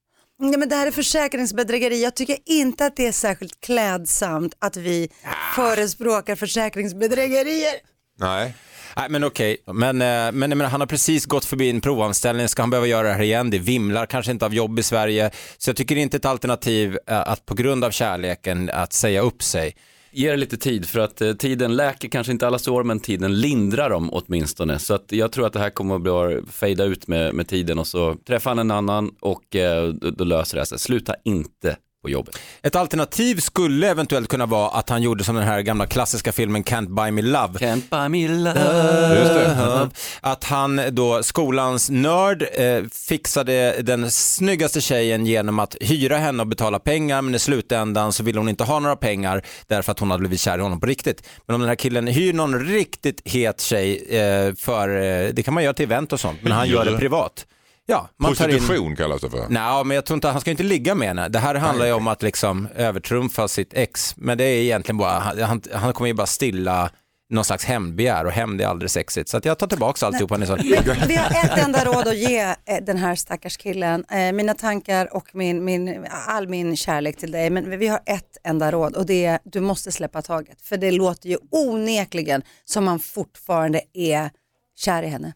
Ja, men det här är försäkringsbedrägeri. Jag tycker inte att det är särskilt klädsamt att vi ja. förespråkar försäkringsbedrägerier. Nej. Nej men okej, men, men, men han har precis gått förbi en provanställning, ska han behöva göra det här igen? Det vimlar kanske inte av jobb i Sverige, så jag tycker inte ett alternativ att på grund av kärleken att säga upp sig. Ge det lite tid, för att eh, tiden läker kanske inte alla sår, men tiden lindrar dem åtminstone. Så att jag tror att det här kommer att bli fejda ut med, med tiden, och så träffar han en annan och eh, då, då löser det sig. Sluta inte på jobbet. Ett alternativ skulle eventuellt kunna vara att han gjorde som den här gamla klassiska filmen Can't Buy Me Love. Can't Buy Me Love. Just det. Att han då, skolans nörd, eh, fixade den snyggaste tjejen genom att hyra henne och betala pengar, men i slutändan så ville hon inte ha några pengar därför att hon hade blivit kär i honom på riktigt. Men om den här killen hyr någon riktigt het tjej eh, för, eh, det kan man göra till event och sånt, men han gör det privat. Ja, man prostitution in... kallas det för. Nej, men jag tror inte, han ska inte ligga med henne. Det här handlar ju om att liksom övertrumfa sitt ex. Men det är egentligen bara, han, han kommer ju bara stilla någon slags hämndbegär, och hämnd är aldrig sexigt. Så att jag tar tillbaka alltihopa. Vi har ett enda råd att ge den här stackars killen. Mina tankar och min, min, all min kärlek till dig. Men vi har ett enda råd, och det är du måste släppa taget. För det låter ju onekligen som man fortfarande är kär i henne.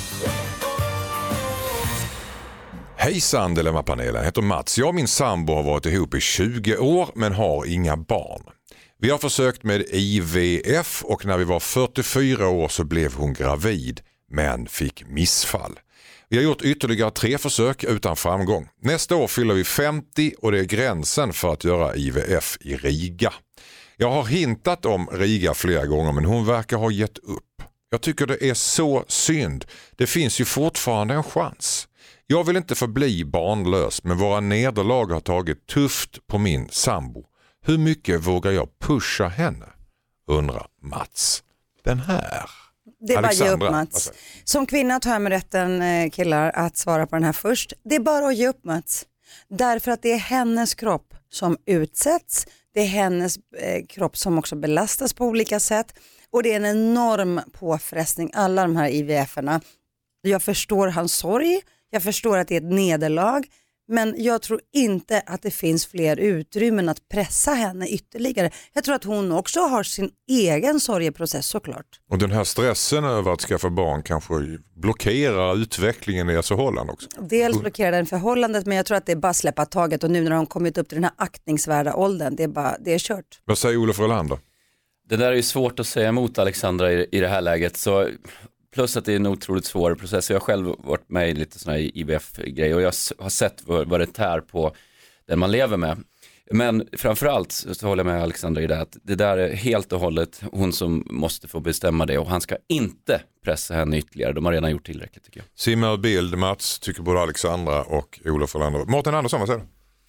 Hejsan Dilemmapanelen, jag heter Mats. Jag och min sambo har varit ihop i tjugo år men har inga barn. Vi har försökt med I V F och när vi var fyrtiofyra år så blev hon gravid men fick missfall. Vi har gjort ytterligare tre försök utan framgång. Nästa år fyller vi femtio och det är gränsen för att göra I V F i Riga. Jag har hintat om Riga flera gånger men hon verkar ha gett upp. Jag tycker det är så synd. Det finns ju fortfarande en chans. Jag vill inte förbli barnlös, men våra nederlag har tagit tufft på min sambo. Hur mycket vågar jag pusha henne? Undrar Mats. Den här. Det är bara att ge upp, Mats. Som kvinna tar jag med rätten, killar, att svara på den här först. Det är bara att ge upp, Mats. Därför att det är hennes kropp som utsätts. Det är hennes eh, kropp som också belastas på olika sätt. Och det är en enorm påfrestning, alla de här I V F-erna. Jag förstår hans sorg. Jag förstår att det är ett nederlag, men jag tror inte att det finns fler utrymmen att pressa henne ytterligare. Jag tror att hon också har sin egen sorgeprocess såklart. Och den här stressen över att skaffa barn kanske blockerar utvecklingen i ert förhållande också. Dels blockerar den förhållandet, men jag tror att det är bara släppa taget, och nu när de kommit upp till den här aktningsvärda åldern, det är bara, det är kört. Vad säger Olof Rolander? Det där är ju svårt att säga emot Alexandra i, i det här läget, så... Plus att det är en otroligt svår process. Jag har själv varit med i lite sådana här I V F-grejer och jag har sett vad, vad det tär på den man lever med. Men framförallt så håller jag med Alexandra i det att det där är helt och hållet hon som måste få bestämma det, och han ska inte pressa henne ytterligare. De har redan gjort tillräckligt, tycker jag. Simma och bild, Mats, tycker både Alexandra och Olof Rolander. Mårten Andersson, vad säger du?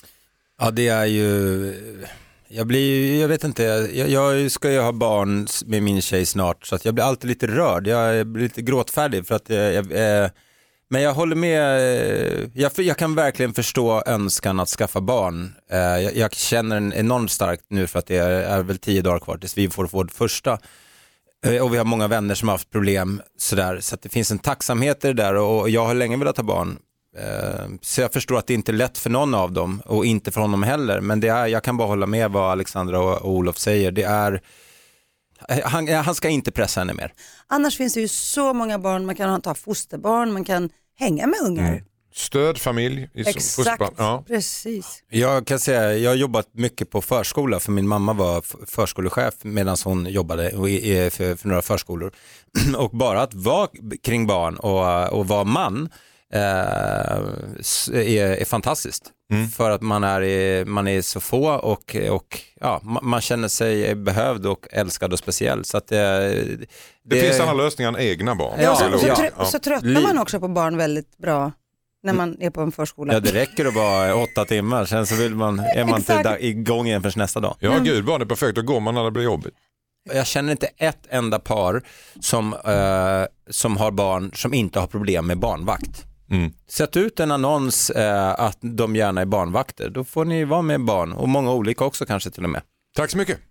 Ja, det är ju... Jag blir, jag vet inte, jag, jag ska ju ha barn med min tjej snart, så att jag blir alltid lite rörd. Jag blir lite gråtfärdig för att jag, jag, men jag håller med, jag, jag kan verkligen förstå önskan att skaffa barn. Jag, jag känner en enormt starkt nu för att det är, är väl tio dagar kvar tills vi får vårt första. Och vi har många vänner som har haft problem sådär, så att det finns en tacksamhet i det där, och jag har länge velat ha barn. Så jag förstår att det inte är lätt för någon av dem, och inte för honom heller, men det är, jag kan bara hålla med vad Alexandra och, och Olof säger. Det är, han, han ska inte pressa henne mer. Annars finns det ju så många barn, man kan ta fosterbarn, man kan hänga med ungar. Mm. Stödfamilj. I Exakt, ja. Precis. Jag kan säga, jag har jobbat mycket på förskola, för min mamma var förskolechef medan hon jobbade för, för några förskolor. Och bara att vara kring barn och, och vara man är, är fantastiskt. Mm. För att man är, man är så få och, och ja, man känner sig behövd och älskad och speciell. Så att det, det, det finns andra lösningar än egna barn. Ja, så, så, trö, så tröttnar man också på barn väldigt bra när man är på en förskola. Ja, det räcker att vara åtta timmar, sen så vill man, är man inte igång igen för nästa dag. Ja, gud, barn är perfekt, då går man när det blir jobbigt. Jag känner inte ett enda par som, uh, som har barn som inte har problem med barnvakt. Mm. Sätt ut en annons eh, att de gärna är barnvakter. Då får ni vara med barn, och många olika också kanske till och med. Tack så mycket.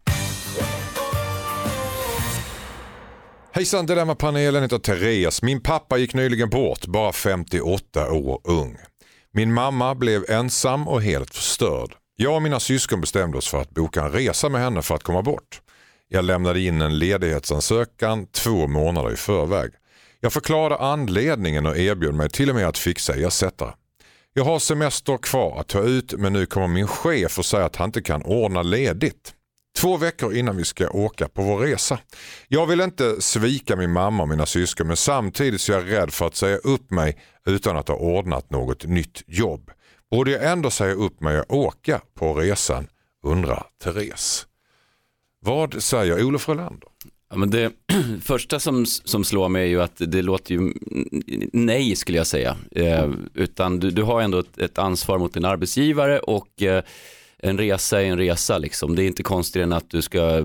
Hejsan, Dilemmapanelen heter Therese. Min pappa gick nyligen bort, bara femtioåtta år ung. Min mamma blev ensam och helt förstörd. Jag och mina syskon bestämde oss för att boka en resa med henne för att komma bort. Jag lämnade in en ledighetsansökan två månader i förväg. Jag förklarade anledningen och erbjöd mig till och med att fixa ersättare. Jag har semester kvar att ta ut, men nu kommer min chef och säger att han inte kan ordna ledigt. Två veckor innan vi ska åka på vår resa. Jag vill inte svika min mamma och mina syskon, men samtidigt så är jag rädd för att säga upp mig utan att ha ordnat något nytt jobb. Borde jag ändå säga upp mig och åka på resan, undrar Therese. Vad säger Olof Frölander? Ja, men det första som, som slår mig är ju att det låter ju nej, skulle jag säga. Eh, utan du, du har ändå ett, ett ansvar mot din arbetsgivare, och eh, en resa är en resa liksom. Det är inte konstigt än att du ska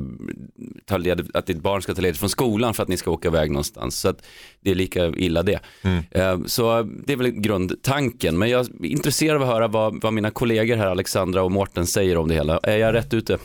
ta led, att ditt barn ska ta ledigt från skolan för att ni ska åka iväg någonstans. Så att det är lika illa det. Mm. Eh, så det är väl grundtanken. Men jag är intresserad av att höra vad, vad mina kollegor här, Alexandra och Mårten, säger om det hela. Är jag rätt ute?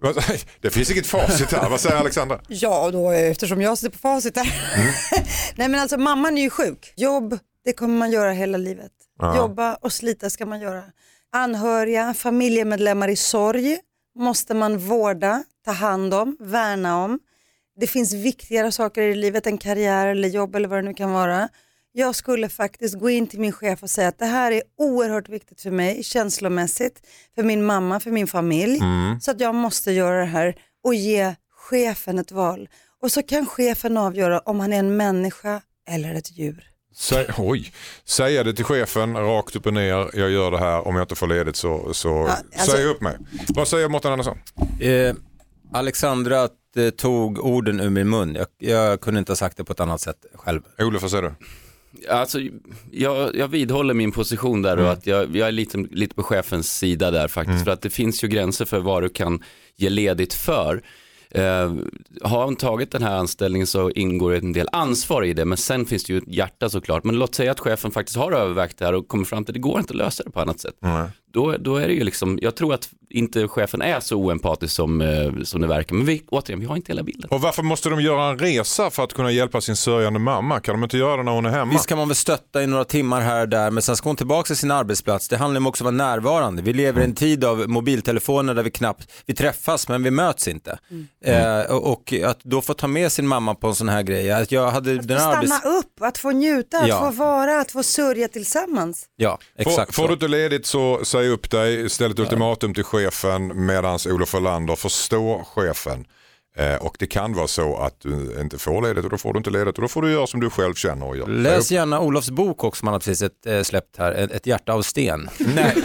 Det finns inget facit här. Vad säger Alexandra? Ja, då, eftersom jag sitter på facit här. Mm. Nej, men alltså, mamman är ju sjuk. Jobb, det kommer man göra hela livet. Aha. Jobba och slita ska man göra. Anhöriga, familjemedlemmar i sorg måste man vårda, ta hand om, värna om. Det finns viktigare saker i livet än karriär eller jobb eller vad det nu kan vara. Jag skulle faktiskt gå in till min chef och säga att det här är oerhört viktigt för mig känslomässigt, för min mamma, för min familj. Mm. Så att jag måste göra det här och ge chefen ett val. Och så kan chefen avgöra om han är en människa eller ett djur. Säg, oj, säga det till chefen rakt upp och ner, jag gör det här, om jag inte får ledigt så, så ja, alltså... säg upp mig. Vad säger Mårten Andersson? Eh, Alexandra eh, tog orden ur min mun. Jag, jag kunde inte ha sagt det på ett annat sätt själv. Olof, vad säger du? Alltså, jag, jag vidhåller min position där, mm. och att jag, jag är lite, lite på chefens sida där faktiskt. Mm. För att det finns ju gränser för vad du kan ge ledigt för. Eh, har hon tagit den här anställningen så ingår en del ansvar i det, men sen finns det ju ett hjärta såklart. Men låt säga att chefen faktiskt har övervägt det här och kommer fram till att det går inte att lösa det på annat sätt. Mm. Då, då är det ju liksom, jag tror att inte chefen är så oempatisk som, eh, som det verkar. Men vi, återigen, vi har inte hela bilden. Och varför måste de göra en resa för att kunna hjälpa sin sörjande mamma? Kan de inte göra det när hon är hemma? Visst kan man väl stötta i några timmar här och där, men sen ska hon tillbaka till sin arbetsplats. Det handlar om också om att vara närvarande. Vi lever i en tid av mobiltelefoner där vi knappt, vi träffas men vi möts inte. Mm. Eh, och, och att då få ta med sin mamma på en sån här grej. Att, jag hade att den få arbets... stanna upp, att få njuta, att ja. få vara, att få sörja tillsammans. Ja, exakt. Får, får du inte ledigt så säg upp dig, ställ ett ultimatum till chefen, medans Olof Frölander förstår chefen. Eh, och det kan vara så att du inte får ledigt, och då får du inte ledigt, och då får du göra som du själv känner och gör. Läs gärna Olofs bok också, man har precis ett, äh, släppt här, ett, ett hjärta av sten. Nej.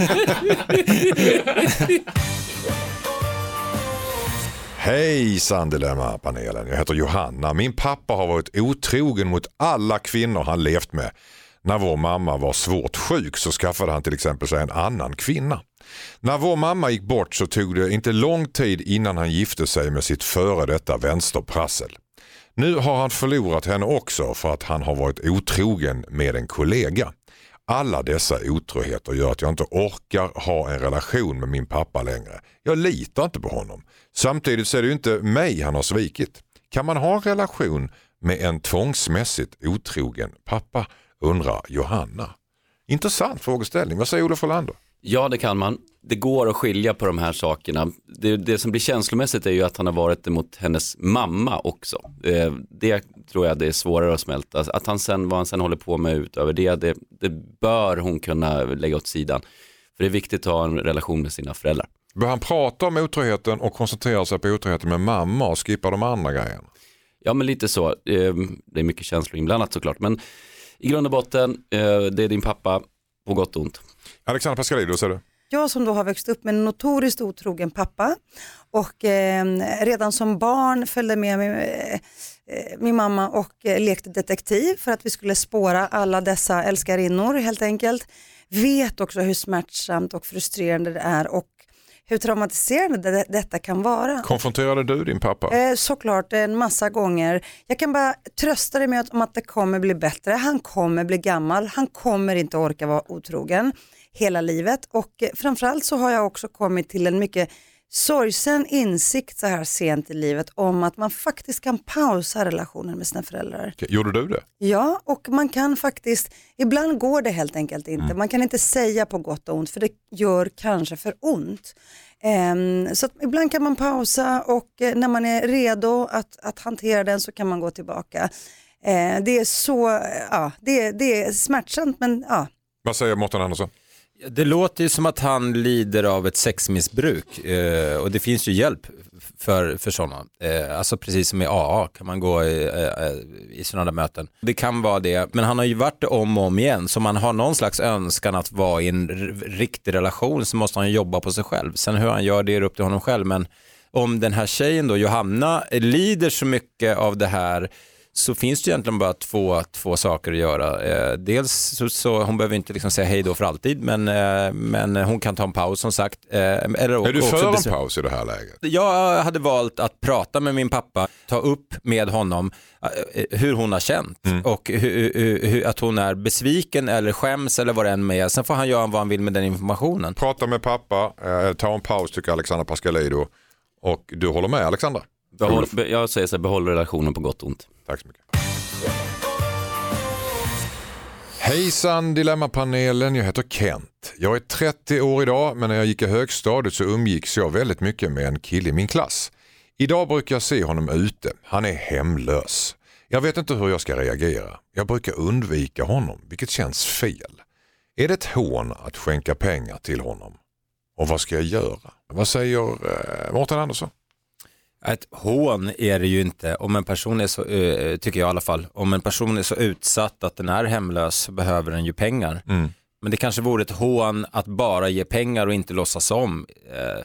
Hej Dilemma-panelen, jag heter Johanna. Min pappa har varit otrogen mot alla kvinnor han levt med. När vår mamma var svårt sjuk så skaffade han till exempel sig en annan kvinna. När vår mamma gick bort så tog det inte lång tid innan han gifte sig med sitt före detta vänsterprassel. Nu har han förlorat henne också för att han har varit otrogen med en kollega. Alla dessa otroheter gör att jag inte orkar ha en relation med min pappa längre. Jag litar inte på honom. Samtidigt så är det ju inte mig han har svikit. Kan man ha en relation med en tvångsmässigt otrogen pappa? Undrar Johanna. Intressant frågeställning. Vad säger Olof Frölander? Ja, det kan man. Det går att skilja på de här sakerna. Det, det som blir känslomässigt är ju att han har varit emot hennes mamma också. Eh, det tror jag det är svårare att smälta. Att han sen, vad han sen håller på med utöver det, det, det bör hon kunna lägga åt sidan. För det är viktigt att ha en relation med sina föräldrar. Bör han prata om otroheten och koncentrera sig på otroheten med mamma och skippa de andra grejerna? Ja, men lite så. Eh, det är mycket känslor inblandat såklart. Men i grund och botten, eh, det är din pappa på gott och ont. Alexandra Pascalidou, säger du? Jag som då har växt upp med en notoriskt otrogen pappa och eh, redan som barn följde med min, eh, min mamma och eh, lekte detektiv för att vi skulle spåra alla dessa älskarinnor helt enkelt. Vet också hur smärtsamt och frustrerande det är och hur traumatiserande det, detta kan vara. Konfronterade du din pappa? Eh, såklart, en massa gånger. Jag kan bara trösta dig med att, om att det kommer bli bättre. Han kommer bli gammal. Han kommer inte orka vara otrogen hela livet. Och eh, framförallt så har jag också kommit till en mycket sorgsen insikt så här sent i livet om att man faktiskt kan pausa relationen med sina föräldrar. Gjorde du det? Ja, och man kan faktiskt, ibland går det helt enkelt inte. Mm. Man kan inte säga på gott och ont för det gör kanske för ont. Um, så att ibland kan man pausa och uh, när man är redo att, att hantera den så kan man gå tillbaka. Uh, det är så, uh, ja, det, det är smärtsamt men ja. Uh. Vad säger Mårten Andersson? Det låter ju som att han lider av ett sexmissbruk eh, och det finns ju hjälp för, för sådana. Eh, alltså precis som i A A kan man gå i, eh, i sådana möten. Det kan vara det, men han har ju varit det om och om igen. Så man har någon slags önskan att vara i en r- riktig relation så måste han jobba på sig själv. Sen hur han gör det är upp till honom själv. Men om den här tjejen då, Johanna, lider så mycket av det här så finns det egentligen bara två, två saker att göra. Eh, dels så, så hon behöver inte liksom säga hej då för alltid, men, eh, men hon kan ta en paus som sagt. Eh, eller är du för besö- en paus i det här läget? Jag hade valt att prata med min pappa, ta upp med honom eh, hur hon har känt mm. och hu- hu- hu- att hon är besviken eller skäms eller vad det än är. Sen får han göra vad han vill med den informationen. Prata med pappa, eh, ta en paus tycker Alexandra Pascalidou och du håller med Alexandra? Behåll, be, jag säger så här, behåll relationen på gott och ont. Tack så mycket. Hejsan Dilemmapanelen, jag heter Kent. Jag är trettio år idag, men när jag gick i högstadiet så umgicks jag väldigt mycket med en kille i min klass. Idag brukar jag se honom ute. Han är hemlös. Jag vet inte hur jag ska reagera. Jag brukar undvika honom, vilket känns fel. Är det ett hån att skänka pengar till honom? Och vad ska jag göra? Vad säger eh, Mårten Andersson? Ett hån är det ju inte om en person är så, uh, tycker jag i alla fall, om en person är så utsatt att den är hemlös så behöver den ju pengar. Mm. Men det kanske vore ett hån att bara ge pengar och inte låtsas om. Uh,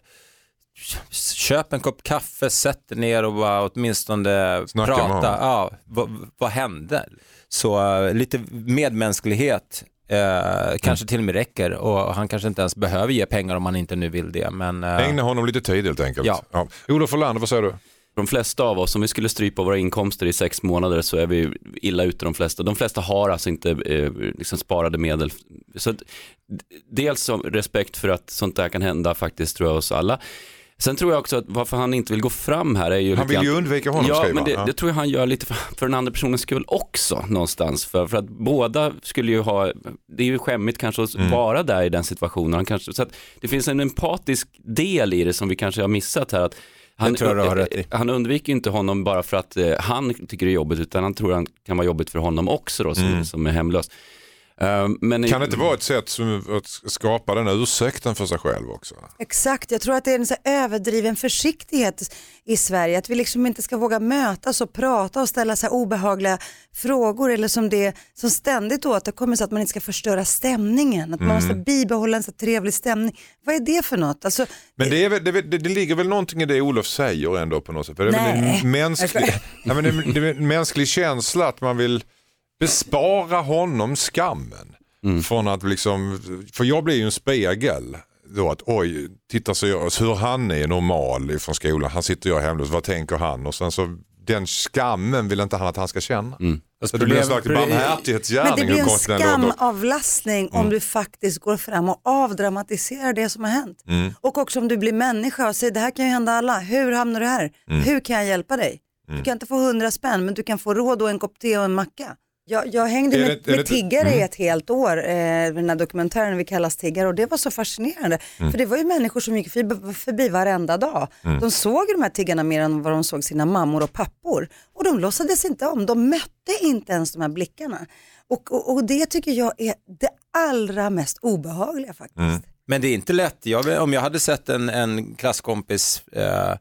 köp en kopp kaffe, sätt dig ner och bara åtminstone Snacka prata. Ja, vad, vad hände? Så uh, lite medmänsklighet Uh, kanske mm. till och med räcker och han kanske inte ens behöver ge pengar om han inte nu vill det. Men, uh... Ägna honom lite tid helt enkelt. Ja. Ja. Olof Forlander, vad säger du? De flesta av oss, om vi skulle strypa våra inkomster i sex månader så är vi illa ute de flesta. De flesta har alltså inte eh, liksom sparade medel. Så att, dels som respekt för att sånt där kan hända faktiskt tror jag oss alla. Sen tror jag också att varför han inte vill gå fram här är ju... Han vill ju undvika honom, ja, skriva. Men det, ja, men det tror jag han gör lite för, för den andra personens skull också någonstans. För, för att båda skulle ju ha... Det är ju skämmigt kanske att mm. vara där i den situationen. Han kanske, så att det finns en empatisk del i det som vi kanske har missat här. Att han, tror jag har rätt i. Han undviker inte honom bara för att eh, han tycker det är jobbigt utan han tror att han kan vara jobbigt för honom också då, som, mm. som är hemlös. Uh, men kan det inte vara ett sätt som att skapa den ursäkten för sig själv också? Exakt, jag tror att det är en så överdriven försiktighet i Sverige. Att vi liksom inte ska våga mötas och prata och ställa så här obehagliga frågor. Eller som det som ständigt återkommer så att man inte ska förstöra stämningen. Att man mm. måste bibehålla en så trevlig stämning. Vad är det för något? Alltså, men det, är väl, det, det, det ligger väl någonting i det Olof säger ändå på något sätt. För det är väl en mänsklig, ja, men det, det är en mänsklig känsla att man vill... bespara honom skammen mm. från att liksom, för jag blir ju en spegel då att oj, titta så jag, hur han är normal från skolan, han sitter jag hemlös, vad tänker han? Och sen så den skammen vill inte han att han ska känna. Mm. Så det blir en slags barmhärtighetsgärning. Men det blir en skamavlastning mm. om du faktiskt går fram och avdramatiserar det som har hänt. Mm. Och också om du blir människa och säger det här kan ju hända alla, hur hamnar du här? Mm. Hur kan jag hjälpa dig? Mm. Du kan inte få hundra spänn men du kan få råd och en kopp te och en macka. Jag, jag hängde med, det, med tiggare mm. i ett helt år, eh, den här dokumentären vi kallas tiggare och det var så fascinerande. Mm. För det var ju människor som gick förbi, förbi varenda dag. Mm. De såg de här tiggarna mer än vad de såg sina mammor och pappor. Och de låtsades inte om, de mötte inte ens de här blickarna. Och, och, och det tycker jag är det allra mest obehagliga faktiskt. Mm. Men det är inte lätt, jag, om jag hade sett en, en klasskompis... Eh,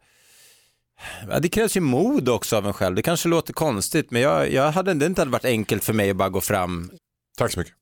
Ja, det krävs ju mod också av en själv. Det kanske låter konstigt, men jag, jag hade, det inte hade varit enkelt för mig att bara gå fram. Tack så mycket.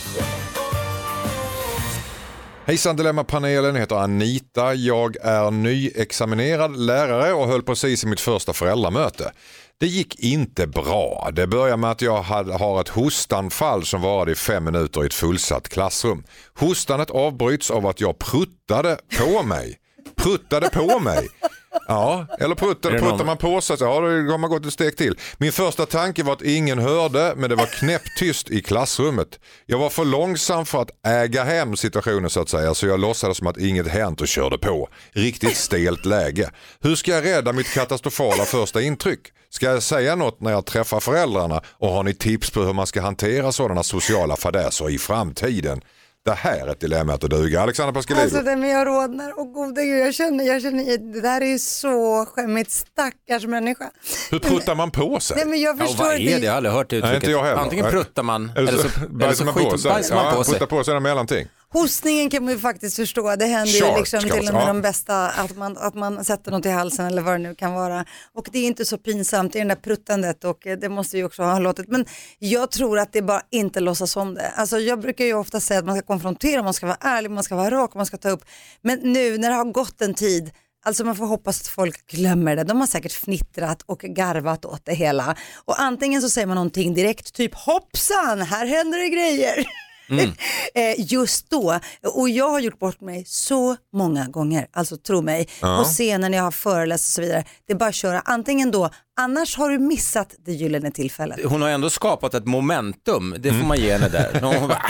Hejsan Dilemma-panelen, jag heter Anita. Jag är nyexaminerad lärare och höll precis i mitt första föräldramöte. Det gick inte bra. Det började med att jag hade, har ett hostanfall som varade i fem minuter i ett fullsatt klassrum. Hostanet avbryts av att jag pruttade på mig. Pruttade på mig. Ja, eller pruttar, pruttar någon... man på sig så ja, då har man gått ett steg till. Min första tanke var att ingen hörde, men det var knäpptyst i klassrummet. Jag var för långsam för att äga hem situationen så att säga, så jag låtsades som att inget hänt och körde på. Riktigt stelt läge. Hur ska jag rädda mitt katastrofala första intryck? Ska jag säga något när jag träffar föräldrarna, och har ni tips på hur man ska hantera sådana sociala fadäser i framtiden? Det här är ett dilemma att duga. Alexandra Pascalidou. Alltså det med jag rådnar och gode gud, jag känner, jag känner, det där är ju så skämmigt, stackars människa. Hur pruttar man på sig? Nej, men jag förstår ja, vad är det? Jag har aldrig hört det uttrycket. Nej, inte jag heller. Antingen pruttar man eller så, eller så, så man på sig. bajsar man ja, på sig. Prutta på sig är mellanting. Hostningen kan man ju faktiskt förstå. Det händer Shark, ju liksom till och med ja. de bästa att man, att man sätter något i halsen eller vad det nu kan vara. Och det är inte så pinsamt i det där pruttandet, och det måste ju också ha låtit. Men jag tror att det bara inte låtsas om det. Alltså jag brukar ju ofta säga att man ska konfrontera, man ska vara ärlig, man ska vara rak, man ska ta upp. Men nu när det har gått en tid, alltså man får hoppas att folk glömmer det. De har säkert fnittrat och garvat åt det hela. Och antingen så säger man någonting direkt, typ hoppsan, här händer det grejer. Mm. Just då, och jag har gjort bort mig så många gånger, alltså tro mig, ja. På scenen när jag har föreläst och så vidare, det är bara att köra, antingen då, annars har du missat det gyllene tillfället. Hon har ändå skapat ett momentum, det får mm. man ge henne där. Hon bara,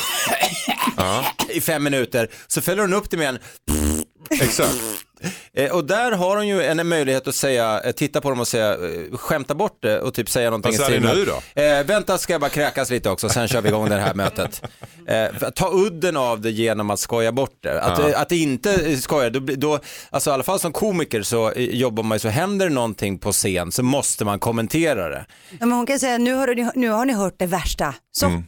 ja. I fem minuter, så fäller hon upp det med en exakt. Eh, och där har hon ju en möjlighet att säga, eh, titta på dem och säga, eh, skämta bort det och typ säga någonting. Vad säger du nu då? Eh, vänta, ska jag bara kräkas lite också, sen kör vi igång det här mötet. Eh, ta udden av det genom att skoja bort det. Att, ja. eh, att det inte skojar, då, då, alltså i alla fall som komiker så eh, jobbar man ju, så händer det någonting på scen så måste man kommentera det. Ja, men hon kan säga, nu har, du, nu har ni hört det värsta. Så... Mm.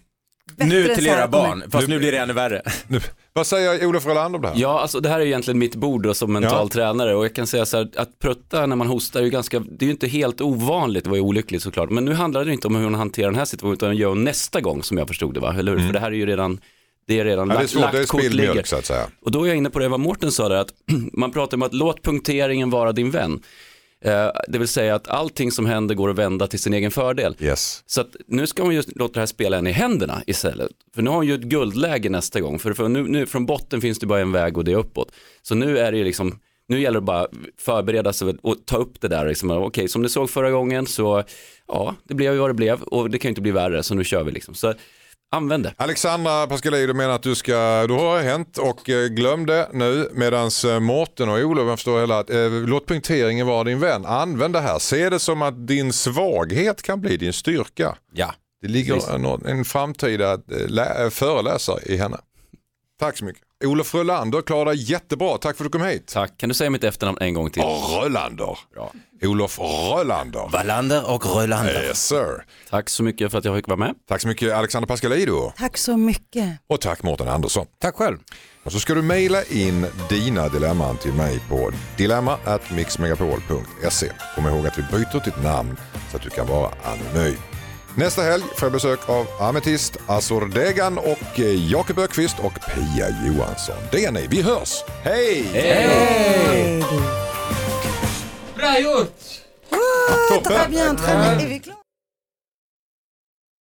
Nu till era barn, fast nu, nu blir det ännu värre. Nu. Vad säger Olof Rolander om det här? Ja, alltså det här är ju egentligen mitt bord då, som mental ja. tränare, och jag kan säga så här, att prutta när man hostar är ju ganska, det är ju inte helt ovanligt, det var ju olyckligt såklart, men nu handlar det inte om hur hon hanterar den här situationen, utan gör nästa gång, som jag förstod det, va? Eller hur? Mm. För det här är ju redan, det är redan ja, lagt, det är svårt, lagt kort ligger. Så att säga. Och då är jag inne på det vad Mårten sa där, att man pratar om att låt punkteringen vara din vän. Det vill säga att allting som händer går att vända till sin egen fördel. Yes. Så att nu ska hon just låta det här spela en i händerna istället. För nu har hon ju ett guldläge nästa gång. För, för nu, nu från botten finns det bara en väg och det är uppåt. Så nu är det ju liksom, nu gäller det bara förbereda sig och ta upp det där. Liksom, okej, okay, som det såg förra gången så ja, det blev ju vad det blev. Och det kan ju inte bli värre, så nu kör vi liksom. Så använd det. Alexandra Pascalidou, du menar att du ska, du har hänt och glöm det nu, medans Mårten och Olof, jag förstår hela att eh, låt punkteringen vara din vän. Använd det här. Se det som att din svaghet kan bli din styrka. Ja. Det ligger en, en framtida äh, föreläsare i henne. Tack så mycket. Olof Rolander, klarade dig jättebra. Tack för att du kom hit. Tack. Kan du säga mitt efternamn en gång till? Oh, Rolander. Bra. Olof Rolander. Wallander och Rolander. Yes, sir. Tack så mycket för att jag fick vara med. Tack så mycket Alexandra Pascalidou. Tack så mycket. Och tack Mårten Andersson. Tack själv. Och så ska du mejla in dina dilemman till mig på dilemma at mixmegapol punkt se. Kom ihåg att vi byter ditt namn så att du kan vara anonym. Nästa helg får jag besök av Ametist, Azor Degan och Jakob Ökvist och Pia Johansson. Det är ni. Vi hörs. Hej! Hej! Hej! Bra gjort! Oh, är vi klara?